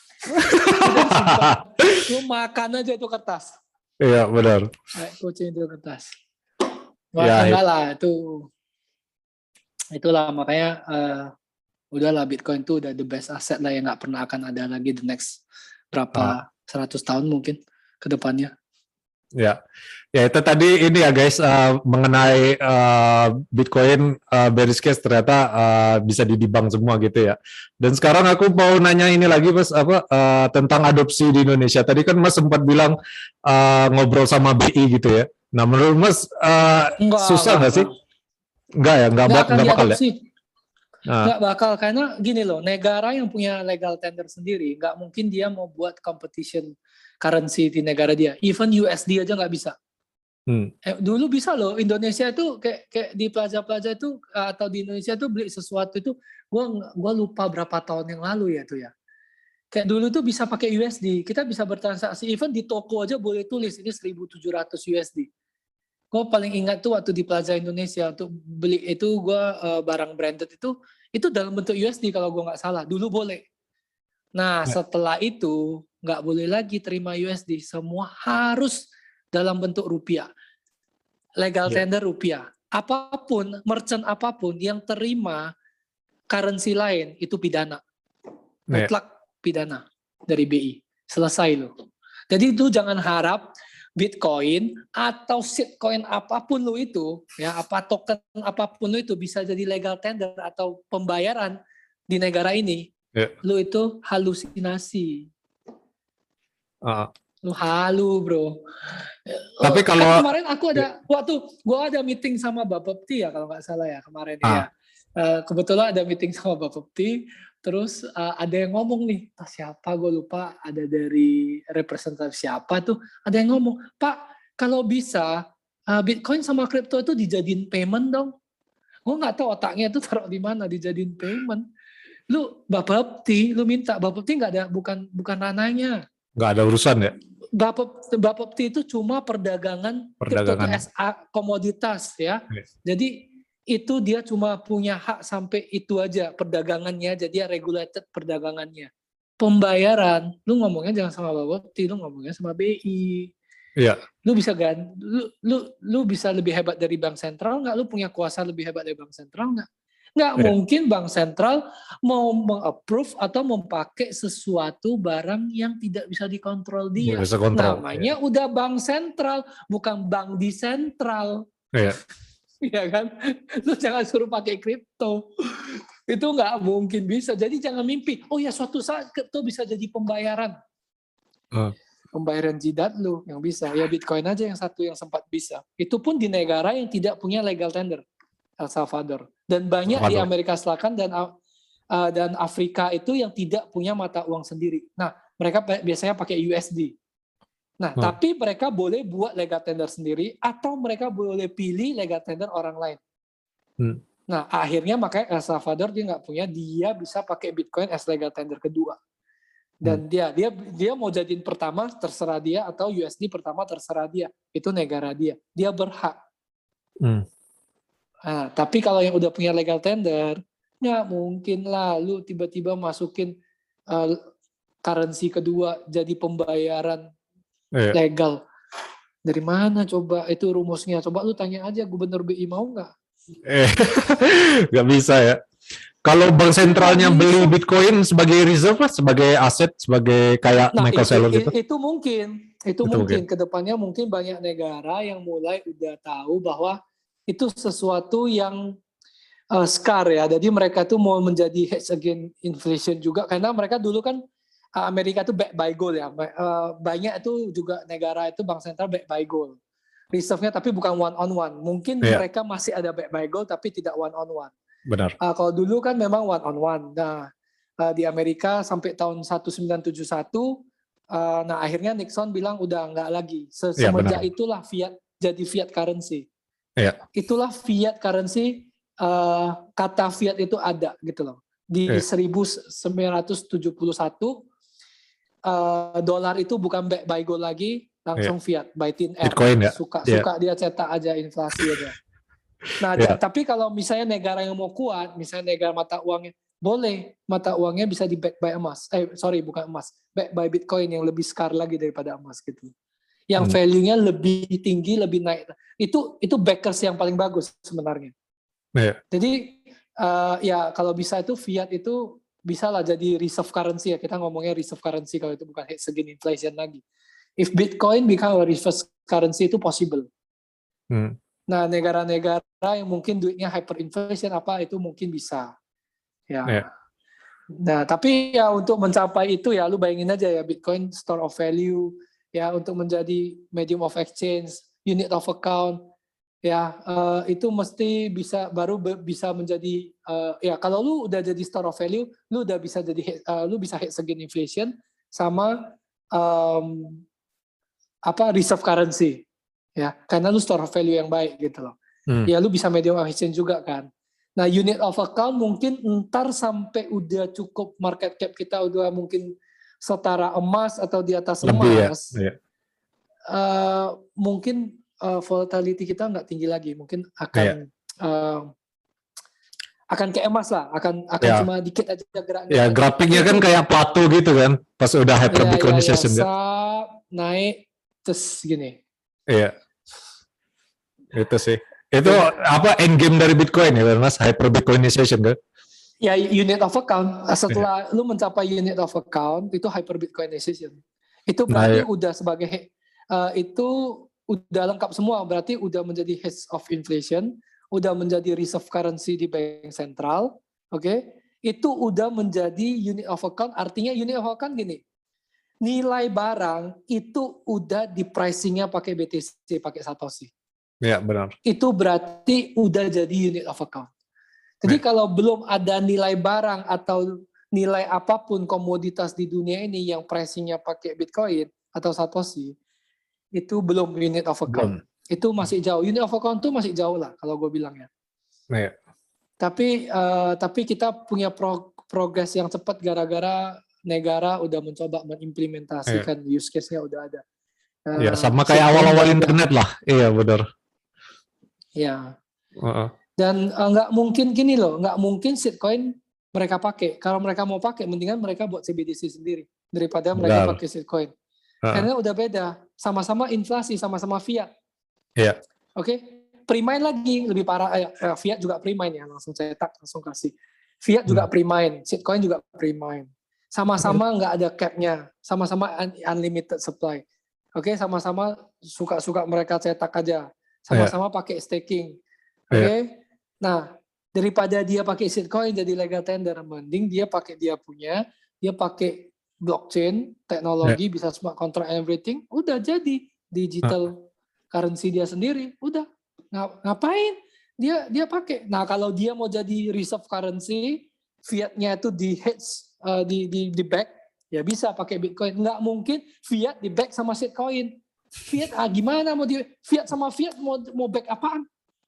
Lu makan aja itu kertas. Iya benar. Kayak kucing itu kertas. Wah enggak lah itu. Itulah makanya udahlah Bitcoin itu udah the best asset lah yang gak pernah akan ada lagi the next berapa 100 tahun mungkin ke depannya. Ya itu tadi ini ya guys mengenai Bitcoin bearish case ternyata bisa didibang semua gitu ya. Dan sekarang aku mau nanya ini lagi Mas tentang adopsi di Indonesia. Tadi kan Mas sempat bilang ngobrol sama BI gitu ya. Nah menurut Mas susah nggak sih? Enggak ya, enggak bakal ya. Nggak bakal karena gini loh, negara yang punya legal tender sendiri nggak mungkin dia mau buat competition currency di negara dia. Even USD aja nggak bisa. Dulu bisa loh, Indonesia itu kayak di plaza-plaza itu atau di Indonesia itu beli sesuatu itu, gua lupa berapa tahun yang lalu ya tuh ya. Kayak dulu tuh bisa pakai USD, kita bisa bertransaksi, even di toko aja boleh tulis ini 1.700 USD. Gue paling ingat tuh waktu di Plaza Indonesia untuk beli itu gue barang branded itu dalam bentuk USD kalau gue nggak salah. Dulu boleh. Nah setelah itu nggak boleh lagi terima USD, semua harus dalam bentuk rupiah. Legal tender rupiah. Apapun, merchant apapun yang terima currency lain itu pidana. Mutlak pidana dari BI. Selesai loh. Jadi itu jangan harap Bitcoin atau shitcoin apapun lu itu, ya apa token apapun lu itu bisa jadi legal tender atau pembayaran di negara ini. Lu itu halusinasi. Lu halu bro. Tapi kalau kemarin aku ada waktu gua ada meeting sama Bapepti ya kalau nggak salah ya kemarin ya. Kebetulan ada meeting sama Bapepti. Terus ada yang ngomong nih, siapa gue lupa, ada dari representatif siapa tuh, ada yang ngomong, Pak, kalau bisa Bitcoin sama kripto itu dijadiin payment dong. Gue nggak tahu otaknya itu taruh di mana dijadiin payment. Lu Bapepti, lu minta Bapepti nggak ada, bukan ranahnya. Nggak ada urusan ya? Bapepti itu cuma perdagangan kripto itu komoditas ya. Jadi itu dia cuma punya hak sampai itu aja perdagangannya, jadi dia regulated perdagangannya. Pembayaran, lu ngomongnya jangan sama Bapepti, lu ngomongnya sama BI. Iya. Lu bisa lu bisa lebih hebat dari bank sentral nggak? Lu punya kuasa lebih hebat dari bank sentral nggak? Nggak mungkin bank sentral mau meng-approve atau memakai sesuatu barang yang tidak bisa dikontrol dia. Bisa kontrol, namanya udah bank sentral, bukan bank disentral. Iya. Iya kan, lu jangan suruh pakai kripto, itu nggak mungkin bisa. Jadi jangan mimpi, oh ya suatu saat kripto bisa jadi pembayaran, pembayaran jidat lu yang bisa. Ya Bitcoin aja yang satu yang sempat bisa. Itu pun di negara yang tidak punya legal tender, El Salvador, dan banyak di Amerika Selatan dan Afrika itu yang tidak punya mata uang sendiri. Nah mereka biasanya pakai USD. Nah, tapi mereka boleh buat legal tender sendiri atau mereka boleh pilih legal tender orang lain. Nah, akhirnya makanya El Salvador dia nggak punya, dia bisa pakai Bitcoin as legal tender kedua. Dan dia mau jadiin pertama terserah dia atau USD pertama terserah dia. Itu negara dia. Dia berhak. Nah, tapi kalau yang udah punya legal tender, nggak mungkin lah lu tiba-tiba masukin currency kedua jadi pembayaran legal. Dari mana coba itu rumusnya? Coba lu tanya aja Gubernur BI mau nggak? Nggak bisa ya. Kalau bank sentralnya beli Bitcoin sebagai reserve lah, sebagai aset, sebagai kayak Nah, Michael Saylor gitu, itu mungkin, itu mungkin. kedepannya mungkin banyak negara yang mulai udah tahu bahwa itu sesuatu yang SCAR ya. Jadi mereka tuh mau menjadi hedge against inflation juga karena mereka dulu kan Amerika tuh back by gold ya. Banyak itu juga negara itu bank sentral back by gold. Reserve-nya tapi bukan one on one. Mungkin Iya, mereka masih ada back by gold tapi tidak one on one. benar. Kalau dulu kan memang one on one. Nah, di Amerika sampai tahun 1971 nah akhirnya Nixon bilang udah nggak lagi. Iya, benar. Semenjak itulah fiat jadi fiat currency. Iya, Itulah fiat currency, kata fiat itu ada gitu loh. Di iya, 1971 dolar itu bukan by gold lagi, iya. langsung fiat by thin air. Bitcoin ya. Iya, Suka dia cetak aja inflasi aja. Nah, iya, tapi kalau misalnya negara yang mau kuat, misalnya negara mata uangnya boleh, mata uangnya bisa di back by emas. Bukan emas, back by Bitcoin yang lebih sekar lagi daripada emas gitu. Yang value-nya lebih tinggi, lebih naik. Itu backers yang paling bagus sebenarnya. iya, Jadi ya kalau bisa itu fiat itu bisa lah jadi reserve currency ya. Kita ngomongnya reserve currency kalau itu bukan hedge against inflation lagi. If Bitcoin become a reserve currency itu possible. Nah, negara-negara yang mungkin duitnya hyperinflation apa itu mungkin bisa. Ya. iya, Nah, tapi ya untuk mencapai itu ya lu bayangin aja ya Bitcoin store of value ya untuk menjadi medium of exchange, unit of account ya itu mesti bisa menjadi ya kalau lu udah jadi store of value, lu udah bisa jadi lu bisa hedge against inflation sama reserve currency ya karena lu store of value yang baik gitu loh. Ya lu bisa medium of exchange juga kan. Nah, unit of account mungkin ntar sampai udah cukup market cap kita udah mungkin setara emas atau di atas lebih emas. ya. Iya. Mungkin volatility kita nggak tinggi lagi, mungkin Iya. akan kayak emas lah, akan Ya. cuma dikit aja geraknya. Ya, grafiknya kan kayak plateau gitu kan, pas udah hyper Bitcoinization ya. Naik terus gini. Iya. Itu sih. Itu apa end game dari Bitcoin ya, Mas? Hyper Bitcoinization kan? Ya, unit of account. Setelah lu mencapai unit of account, itu hyper Bitcoinization. Itu berarti udah sebagai itu udah lengkap semua. Berarti udah menjadi hedge of inflation, udah menjadi reserve currency di bank sentral. Oke? Itu udah menjadi unit of account. Artinya unit of account gini. Nilai barang itu udah di pricingnya pakai BTC, pakai Satoshi. Ya, benar. Itu berarti udah jadi unit of account. Jadi kalau belum ada nilai barang atau nilai apapun komoditas di dunia ini yang pricingnya pakai Bitcoin atau Satoshi, itu belum unit of account. Itu masih jauh. Unit of account itu masih jauh lah kalau gue bilang ya. Ya. Tapi kita punya progres yang cepat gara-gara negara udah mencoba mengimplementasikan use case-nya udah ada. Ya, sama kayak awal-awal internet lah. Iya, benar. Ya. Dan nggak mungkin gini loh, nggak mungkin shitcoin mereka pakai. Kalau mereka mau pakai, mendingan mereka buat CBDC sendiri daripada mereka pakai shitcoin. Karena udah beda, sama-sama inflasi, sama-sama fiat. Iya. Oke, pre-mine lagi lebih parah. Fiat juga pre-mine ya, langsung cetak, langsung kasih. Fiat juga pre-mine, shitcoin juga pre-mine. Sama-sama nggak ada cap-nya, sama-sama unlimited supply. Oke, sama-sama suka-suka mereka cetak aja. Sama-sama pakai staking. Oke. Nah, daripada dia pakai shitcoin jadi legal tender, mending dia pakai dia pakai blockchain, teknologi, bisa smart contract everything, udah jadi digital currency dia sendiri, udah. Ngapain? Dia pakai. Nah, kalau dia mau jadi reserve currency, fiat-nya itu di hedge, di back, ya bisa pakai Bitcoin. Nggak mungkin fiat di back sama shitcoin. Fiat gimana mau di fiat sama fiat mau back apaan?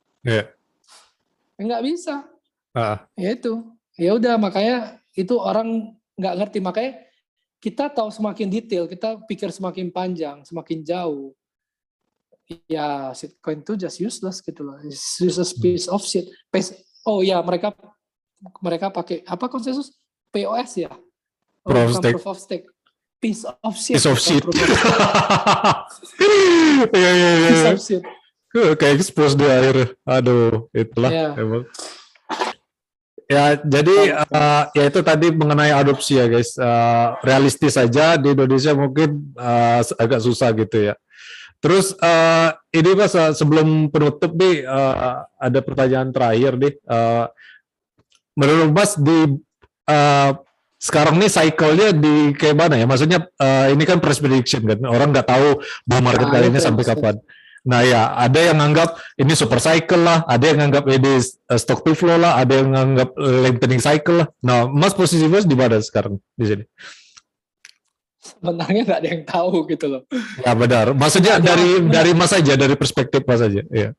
Nggak bisa. Ya itu. Ya udah, makanya itu orang nggak ngerti. Makanya kita tahu semakin detail, kita pikir semakin panjang, semakin jauh. Ya shitcoin itu just useless gitu loh. It's useless piece of shit. Oh ya, mereka pakai apa konsensus? POS ya. Proof of stake. Piece of shit. Piece of shit. Piece of shit. Kayak expose di akhir. Aduh, itulah Ya, emang. Ya, jadi gitu. ya itu tadi mengenai adopsi ya guys. Realistis saja di Indonesia mungkin agak susah gitu ya. Terus ini Mas, sebelum penutup nih ada pertanyaan terakhir nih. Menurut Mas di uh, sekarang nih cycle-nya di kayak mana ya? Maksudnya ini kan price prediction kan, orang nggak tahu bull market Nah, kali ini ini sampai prediksi. kapan. Nah ya, ada yang nganggap ini super cycle lah, ada yang nganggap ini stock to flow lah, ada yang nganggap lengthening cycle lah. Nah, Mas posisi Mas di mana sekarang di sini? Sebenarnya nggak ada yang tahu gitu loh. Ya benar. Nggak Maksudnya ada, nggak. dari Mas aja, dari perspektif Mas aja. Iya.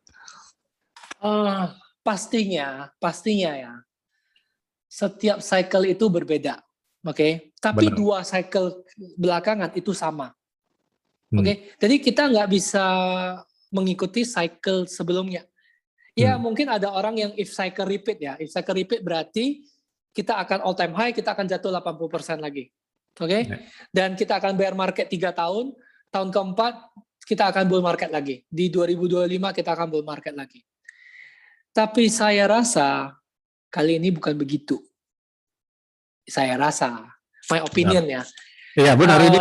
Pastinya ya. Setiap cycle itu berbeda, oke? Tapi Benar. dua cycle belakangan itu sama, Hmm. oke? Jadi kita nggak bisa mengikuti cycle sebelumnya. Ya Hmm. mungkin ada orang yang if cycle repeat ya. If cycle repeat berarti kita akan all time high, kita akan jatuh 80% lagi. Oke? Ya. Dan kita akan bear market 3 tahun, tahun keempat kita akan bull market lagi. Di 2025 kita akan bull market lagi. Tapi saya rasa kali ini bukan begitu. Saya rasa, my opinion ya. Iya benar ini.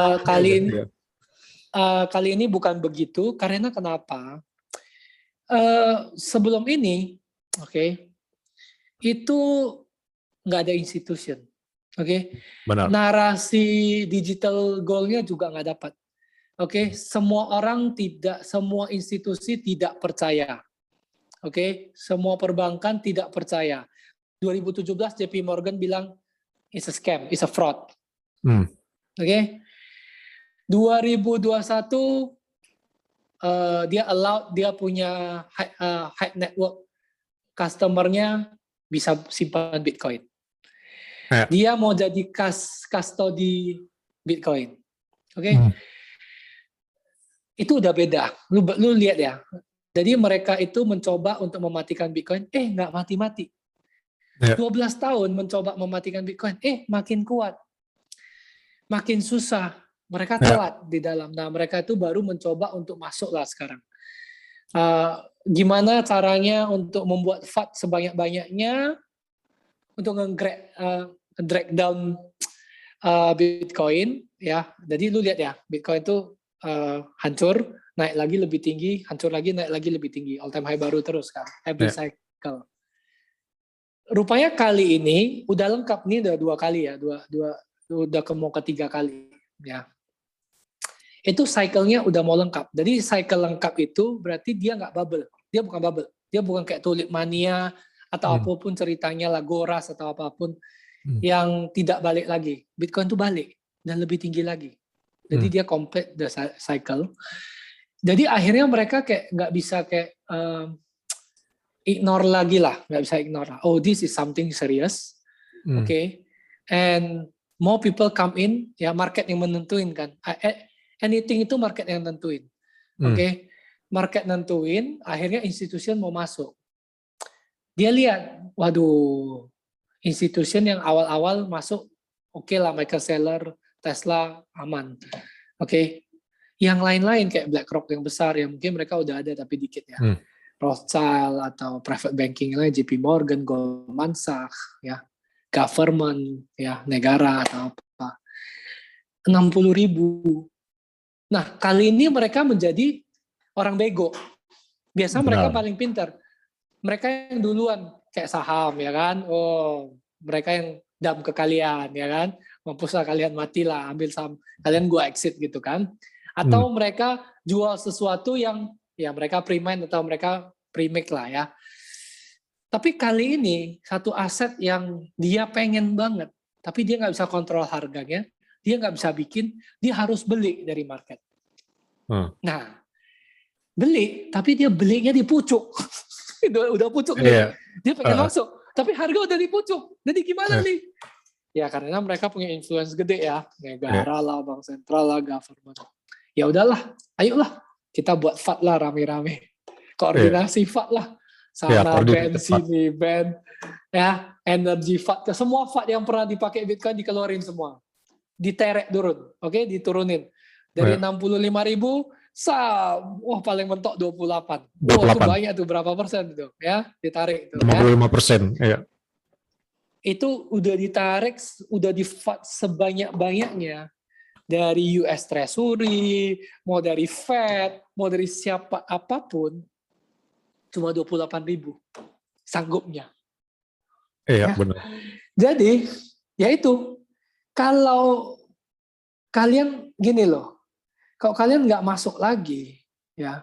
Kali ini bukan begitu karena kenapa? Sebelum ini, oke, itu nggak ada institution, oke. Benar. Narasi digital goal-nya juga nggak dapat, oke. Semua orang tidak, semua institusi tidak percaya, oke. Semua perbankan tidak percaya. 2017 JP Morgan bilang it's a scam, it's a fraud, oke. 2021 dia allow dia punya high network customer-nya bisa simpan Bitcoin. Ya. Dia mau jadi custody Bitcoin. Oke. Itu udah beda. Lu lihat ya. Jadi mereka itu mencoba untuk mematikan Bitcoin, nggak mati-mati. Ya. 12 tahun mencoba mematikan Bitcoin, makin kuat. Makin susah. Mereka telat di dalam. Nah, mereka itu baru mencoba untuk masuk lah sekarang. Gimana caranya untuk membuat FAT sebanyak-banyaknya untuk drag down Bitcoin ya. Jadi lu lihat ya, Bitcoin itu hancur, naik lagi lebih tinggi, hancur lagi, naik lagi lebih tinggi, all time high baru terus kan, every cycle. Rupanya kali ini udah lengkap nih, udah 2 kali ya, udah mau ketiga kali ya. Itu cycle-nya udah mau lengkap. Jadi cycle lengkap itu berarti dia nggak bubble. Dia bukan bubble. Dia bukan kayak tulip mania atau apapun ceritanya lah, Goras atau apapun yang tidak balik lagi. Bitcoin itu balik dan lebih tinggi lagi. Jadi dia complete the cycle. Jadi akhirnya mereka kayak nggak bisa kayak ignore lagi lah, nggak bisa ignore. Oh, this is something serious, okay? And more people come in, ya market yang menentuin kan. Anything itu market yang nentuin, okay? Market nentuin, akhirnya institution mau masuk. Dia lihat, waduh, institution yang awal-awal masuk, oke lah, Michael Saylor, Tesla aman, oke. Yang lain-lain kayak BlackRock yang besar, yang mungkin mereka udah ada tapi dikit ya. Rothschild atau private banking lain, JP Morgan, Goldman Sachs, ya, government, ya, negara atau apa, 60.000. Nah, kali ini mereka menjadi orang bego. Biasa mereka paling pintar. Mereka yang duluan kayak saham, ya kan? Oh, mereka yang dump ke kalian, ya kan? Mampuslah kalian, matilah, ambil saham. Kalian gua exit gitu kan? Atau mereka jual sesuatu yang ya mereka pre-mine atau mereka pre-make lah ya. Tapi kali ini satu aset yang dia pengen banget, tapi dia nggak bisa kontrol harganya, dia nggak bisa bikin, dia harus beli dari market. Nah, beli, tapi dia belinya di pucuk. udah pucuk nih. Dia pengen masuk, tapi harga udah di pucuk. Jadi gimana nih? Ya karena mereka punya influence gede ya, negara lah, bank sentral lah, government. Ya udahlah, ayolah kita buat FAT lah rame-rame. Koordinasi FAT lah. Sana band, sini band, ya, energy FAT, semua FAT yang pernah dipakai Bitcoin dikeluarin semua. Diterek turun, oke, diturunin. Dari 65.000 wah paling mentok 28. 28. Oh, itu banyak tuh, berapa persen tuh ya ditarik tuh, 55%, ya. Itu udah ditarik, udah di sebanyak-banyaknya dari US Treasury, mau dari Fed, mau dari siapa apapun, cuma 28.000 sanggupnya. Iya, Ya. benar. Jadi, ya itu, kalau kalian gini loh, kalau kalian nggak masuk lagi, ya,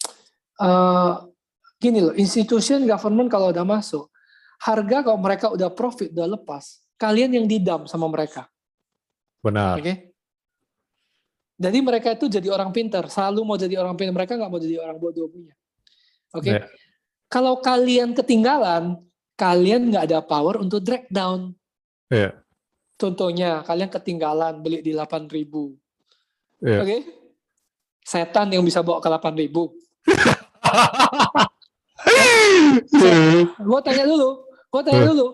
gini loh, institution government kalau udah masuk, harga kalau mereka udah profit, udah lepas, kalian yang didam sama mereka. Benar. Oke? Jadi mereka itu jadi orang pintar, selalu mau jadi orang pintar, mereka nggak mau jadi orang bodoh punya. Oke? Ya. Kalau kalian ketinggalan, kalian nggak ada power untuk drag down. Iya. Contohnya, kalian ketinggalan beli di 8.000. Iya. Oke? Setan yang bisa bawa ke 8.000. Gue tanya dulu.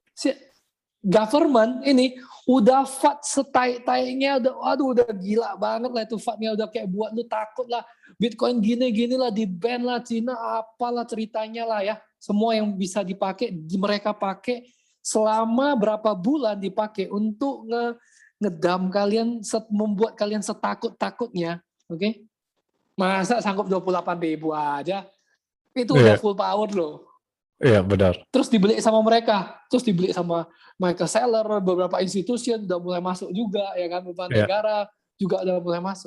Government ini udah FAT setai-tainya, udah gila banget lah itu FAT-nya, udah kayak buat lu takut lah. Bitcoin gini-gini lah, di ban lah, Cina apalah ceritanya lah ya. Semua yang bisa dipakai, mereka pakai selama berapa bulan dipakai untuk ngedam kalian, membuat kalian setakut-takutnya. Oke? Masa sanggup 28.000 aja? Itu udah full power loh. Iya, benar. Terus dibeli sama mereka, terus dibeli sama Michael Saylor, beberapa institusi udah mulai masuk juga, ya kan, beberapa negara juga udah mulai masuk.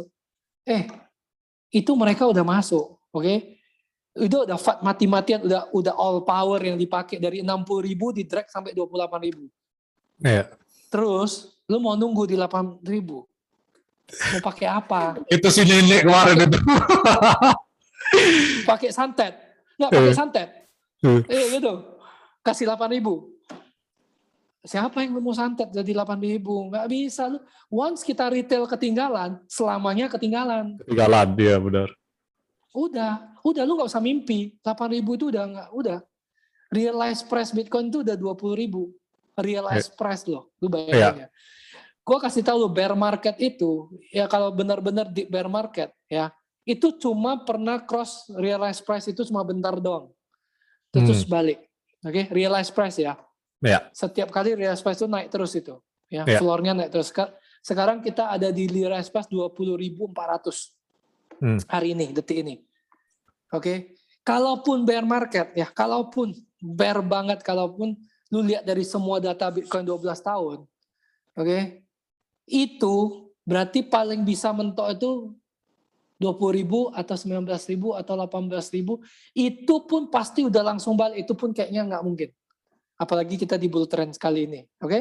Itu mereka udah masuk, oke? Itu udah FAT mati-matian, udah all power yang dipakai dari 60.000 di drag sampai 28.000. Iya. Terus lu mau nunggu di 8.000, mau pakai apa? Itu si nenek kemarin itu. Pakai santet, nggak pakai santet? Gitu, kasih 8.000. Siapa yang mau santet jadi 8.000? Nggak bisa. Lu once kita retail ketinggalan, selamanya ketinggalan. Ketinggalan, dia benar. Udah lu nggak usah mimpi. 8.000 itu udah. Realized price Bitcoin itu udah 20.000. Realized price loh, lu bayangin ya. Gue kasih tahu lu, bear market itu, ya kalau benar-benar di bear market, ya, itu cuma pernah cross realized price itu cuma bentar doang. Terus balik. Oke, realized price ya. Ya. Setiap kali realized price itu naik terus itu. Ya, floor-nya naik terus. Sekarang kita ada di realized price 20.400 hari ini, detik ini. Oke. Kalaupun bear market ya, kalaupun bear banget, kalaupun lu lihat dari semua data Bitcoin 12 tahun. Oke. Itu berarti paling bisa mentok itu 20.000 atau 19.000 atau 18.000, itu pun pasti udah langsung balik, itu pun kayaknya nggak mungkin. Apalagi kita di bull trend sekali ini, oke?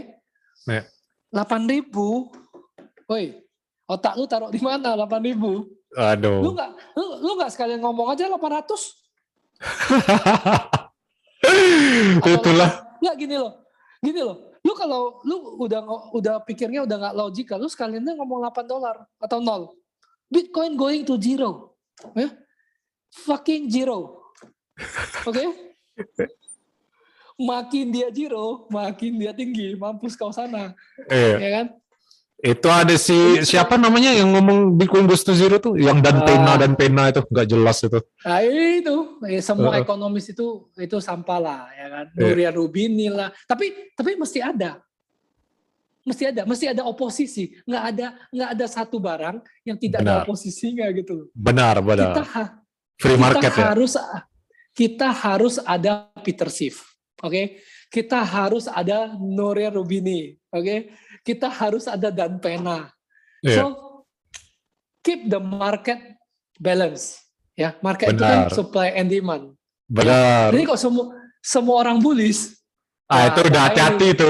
8.000, woi, otak lu taruh di mana 8.000? Aduh. Lu nggak sekalian ngomong aja 800? Itulah. Nggak gini loh. Lu kalau lu udah pikirnya udah nggak logikal, lu sekaliannya ngomong $8 atau 0. Bitcoin going to zero. Fucking zero. Oke? Makin dia zero, makin dia tinggi. Mampus kau sana. Ya kan? Itu ada siapa namanya yang ngomong Bitcoin goes to zero tuh? Yang dan pena itu. Nggak jelas itu. Nah itu. Semua ekonomis itu sampah lah. Ya kan? Nuria Rubini lah. Tapi mesti ada. Mesti ada oposisi. Nggak ada satu barang yang tidak ada oposisinya gitu. Benar. Free market kita harus ada Peter Schiff, oke? Kita harus ada Nuria Rubini, oke? Kita harus ada Dan Pena. So keep the market balance, ya. Market itu kan supply and demand. Benar. Jadi kok semua orang bullish. Itu udah hati-hati itu.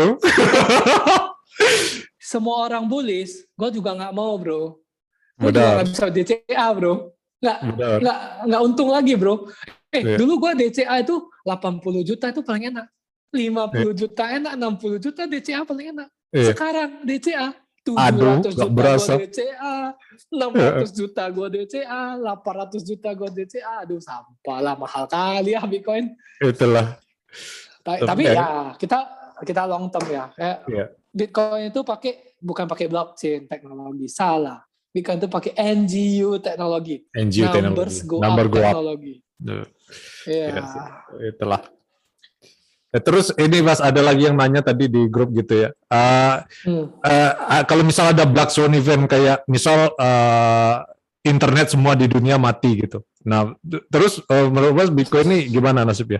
Semua orang bullish, gue juga nggak mau, bro. Gue juga nggak bisa DCA, bro. Nggak untung lagi, bro. Dulu gue DCA itu 80 juta itu paling enak. 50 juta enak, 60 juta DCA paling enak. Sekarang DCA 700 juta gue DCA, 600 juta gue DCA, 800 juta gue DCA. Aduh, sampah lah, mahal kali ya Bitcoin. Itulah. Tapi ya kita long term ya. Bitcoin itu bukan pakai blockchain teknologi, salah. Bitcoin itu pakai NGU teknologi. NGU Numbers teknologi. go Number up go up. teknologi. Ya, Iya. itulah. Terus ini Mas ada lagi yang nanya tadi di grup gitu ya. Kalau misalnya ada Black Swan event kayak misal internet semua di dunia mati gitu. Nah, terus menurut Mas Bitcoin ini gimana nasibnya?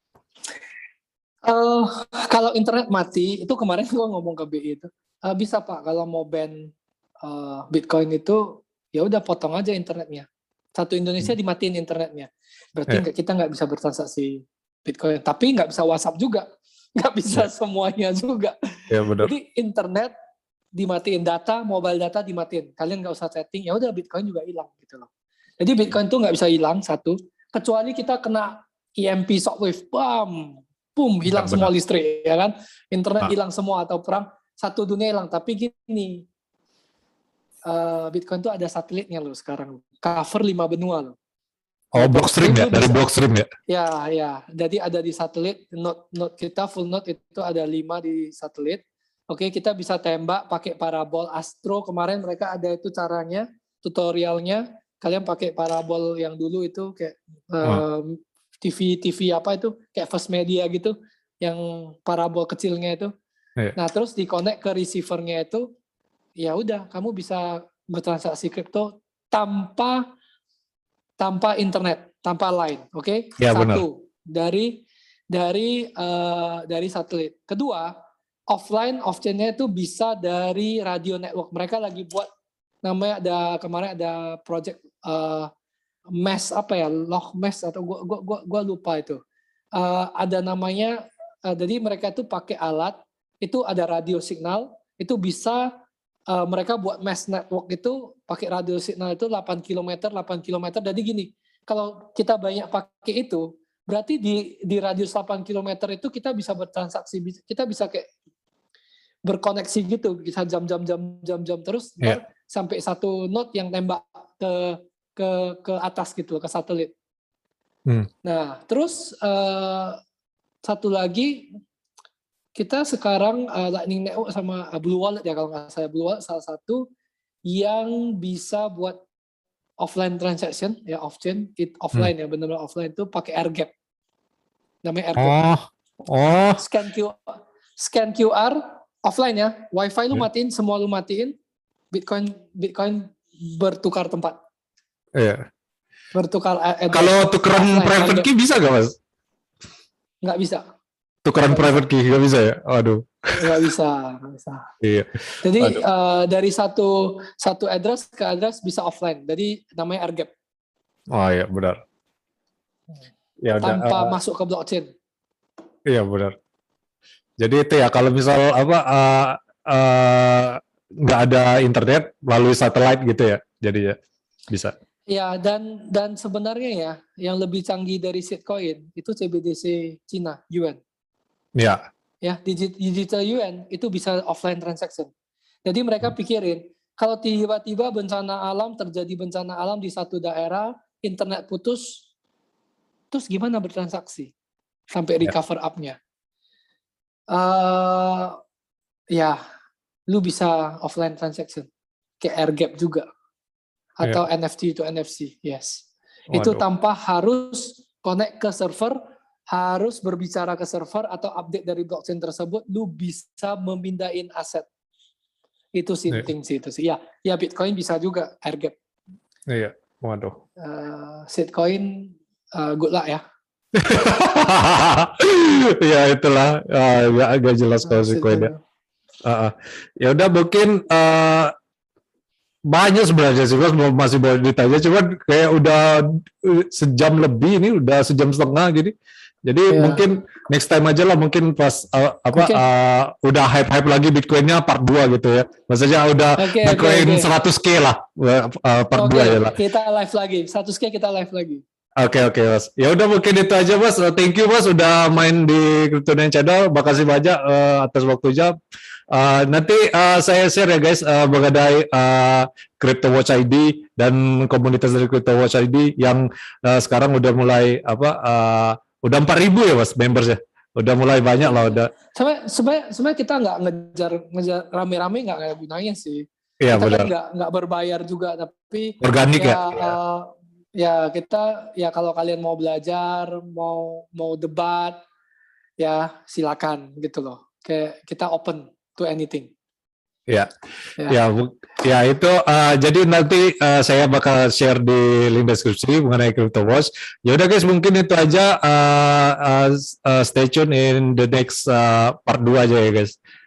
Kalau internet mati, itu kemarin gue ngomong ke BI itu, bisa Pak kalau mau ban Bitcoin itu, ya udah potong aja internetnya. Satu Indonesia dimatiin internetnya. Berarti kita nggak bisa bertransaksi Bitcoin. Tapi nggak bisa WhatsApp juga. Nggak bisa semuanya juga. Ya, benar. Jadi internet dimatiin, mobile data dimatiin. Kalian nggak usah chatting, ya udah Bitcoin juga hilang gitu loh. Jadi Bitcoin tuh nggak bisa hilang satu, kecuali kita kena EMP shockwave, boom, hilang semua listrik, ya kan? Internet hilang semua atau perang, satu dunia hilang. Tapi gini, Bitcoin tuh ada satelitnya loh sekarang, cover 5 benua loh. Oh, Blockstream ya, dari Blockstream ya? Ya. Jadi ada di satelit, node kita full node itu ada 5 di satelit. Oke, kita bisa tembak pakai parabol Astro. Kemarin mereka ada itu caranya, tutorialnya. Kalian pakai parabol yang dulu itu kayak TV apa itu, kayak First Media gitu, yang parabol kecilnya itu. Nah, terus di-connect ke receiver-nya itu, ya udah, kamu bisa bertransaksi kripto tanpa internet, tanpa line, oke? Ya, satu, benar. dari satelit. Kedua, off-chain-nya itu bisa dari radio network. Mereka lagi buat namanya kemarin ada project mesh apa ya, log mesh atau gua lupa itu. Ada namanya, jadi mereka itu pakai alat, itu ada radio signal, itu bisa mereka buat mesh network itu pakai radio signal itu 8 km. Jadi gini, kalau kita banyak pakai itu, berarti di radius 8 km itu kita bisa bertransaksi, kita bisa kayak berkoneksi gitu, bisa jam terus sampai satu node yang tembak ke atas gitu, ke satelit. Nah, terus satu lagi, kita sekarang Lightning Network sama Blue Wallet ya, kalau nggak salah Blue Wallet salah satu yang bisa buat offline transaction ya, off-chain, offline ya, benar-benar offline itu pakai air gap. Namanya air gap. Scan QR offline ya, WiFi lu matiin, semua lu matiin, Bitcoin bertukar tempat. Iya. Bertukar address. Kalau tukeran private key bisa nggak Mas? Nggak bisa. Tukeran private key nggak bisa ya? Waduh. Nggak bisa. Iya. Jadi dari satu address ke address bisa offline. Jadi namanya air gap. Oh iya, benar. Ya, tanpa masuk ke blockchain. Iya, benar. Jadi itu ya, kalau misal nggak ada internet melalui satelit gitu ya, jadi ya bisa. Ya, dan sebenarnya ya, yang lebih canggih dari Sitcoin itu CBDC Cina, Yuan. Ya. Ya, digital Yuan itu bisa offline transaction. Jadi mereka pikirin, kalau tiba-tiba terjadi bencana alam di satu daerah, internet putus, terus gimana bertransaksi sampai recover up-nya? Ya, lu bisa offline transaction, kayak air gap juga. Atau NFT to NFC, yes. Waduh. Itu tanpa harus connect ke server, harus berbicara ke server atau update dari blockchain tersebut, lu bisa memindahin aset. Itu sinting sih itu sih. Ya Bitcoin bisa juga air gap. Iya, waduh. Sitcoin good luck ya. Ya itulah, agak jelas kalau Sitcoin ya. Ya udah, mungkin banyak sebenarnya sih Mas, masih boleh ditanya, cuman kayak udah sejam lebih, ini udah sejam setengah gini. Jadi mungkin next time aja lah, mungkin pas udah hype lagi Bitcoinnya part 2 gitu ya. Maksudnya udah Bitcoin 100K lah, part 2 ya lah. Kita live lagi, 100K kita live lagi. Oke Mas. Ya udah, mungkin itu aja Mas. Thank you Mas udah main di Cryptonian Channel. Makasih banyak atas waktunya. Nanti saya share ya guys mengenai Crypto Watch ID dan komunitas dari Crypto Watch ID yang sekarang udah mulai udah 4.000 ya Mas members ya. Udah mulai banyak lah udah. Sebenarnya kita nggak ngejar rame-rame, nggak ada gunanya sih. Iya, Kita kan benar. nggak berbayar juga, tapi Organik ya. ya ya kita ya kalau kalian mau belajar, mau debat, ya silakan gitu loh. Kayak kita open to anything. Ya, Ya. ya, ya itu. Jadi nanti saya bakal share di link deskripsi mengenai CryptoWatch. Ya udah guys, mungkin itu aja. Stay tune in the next part 2 aja ya guys.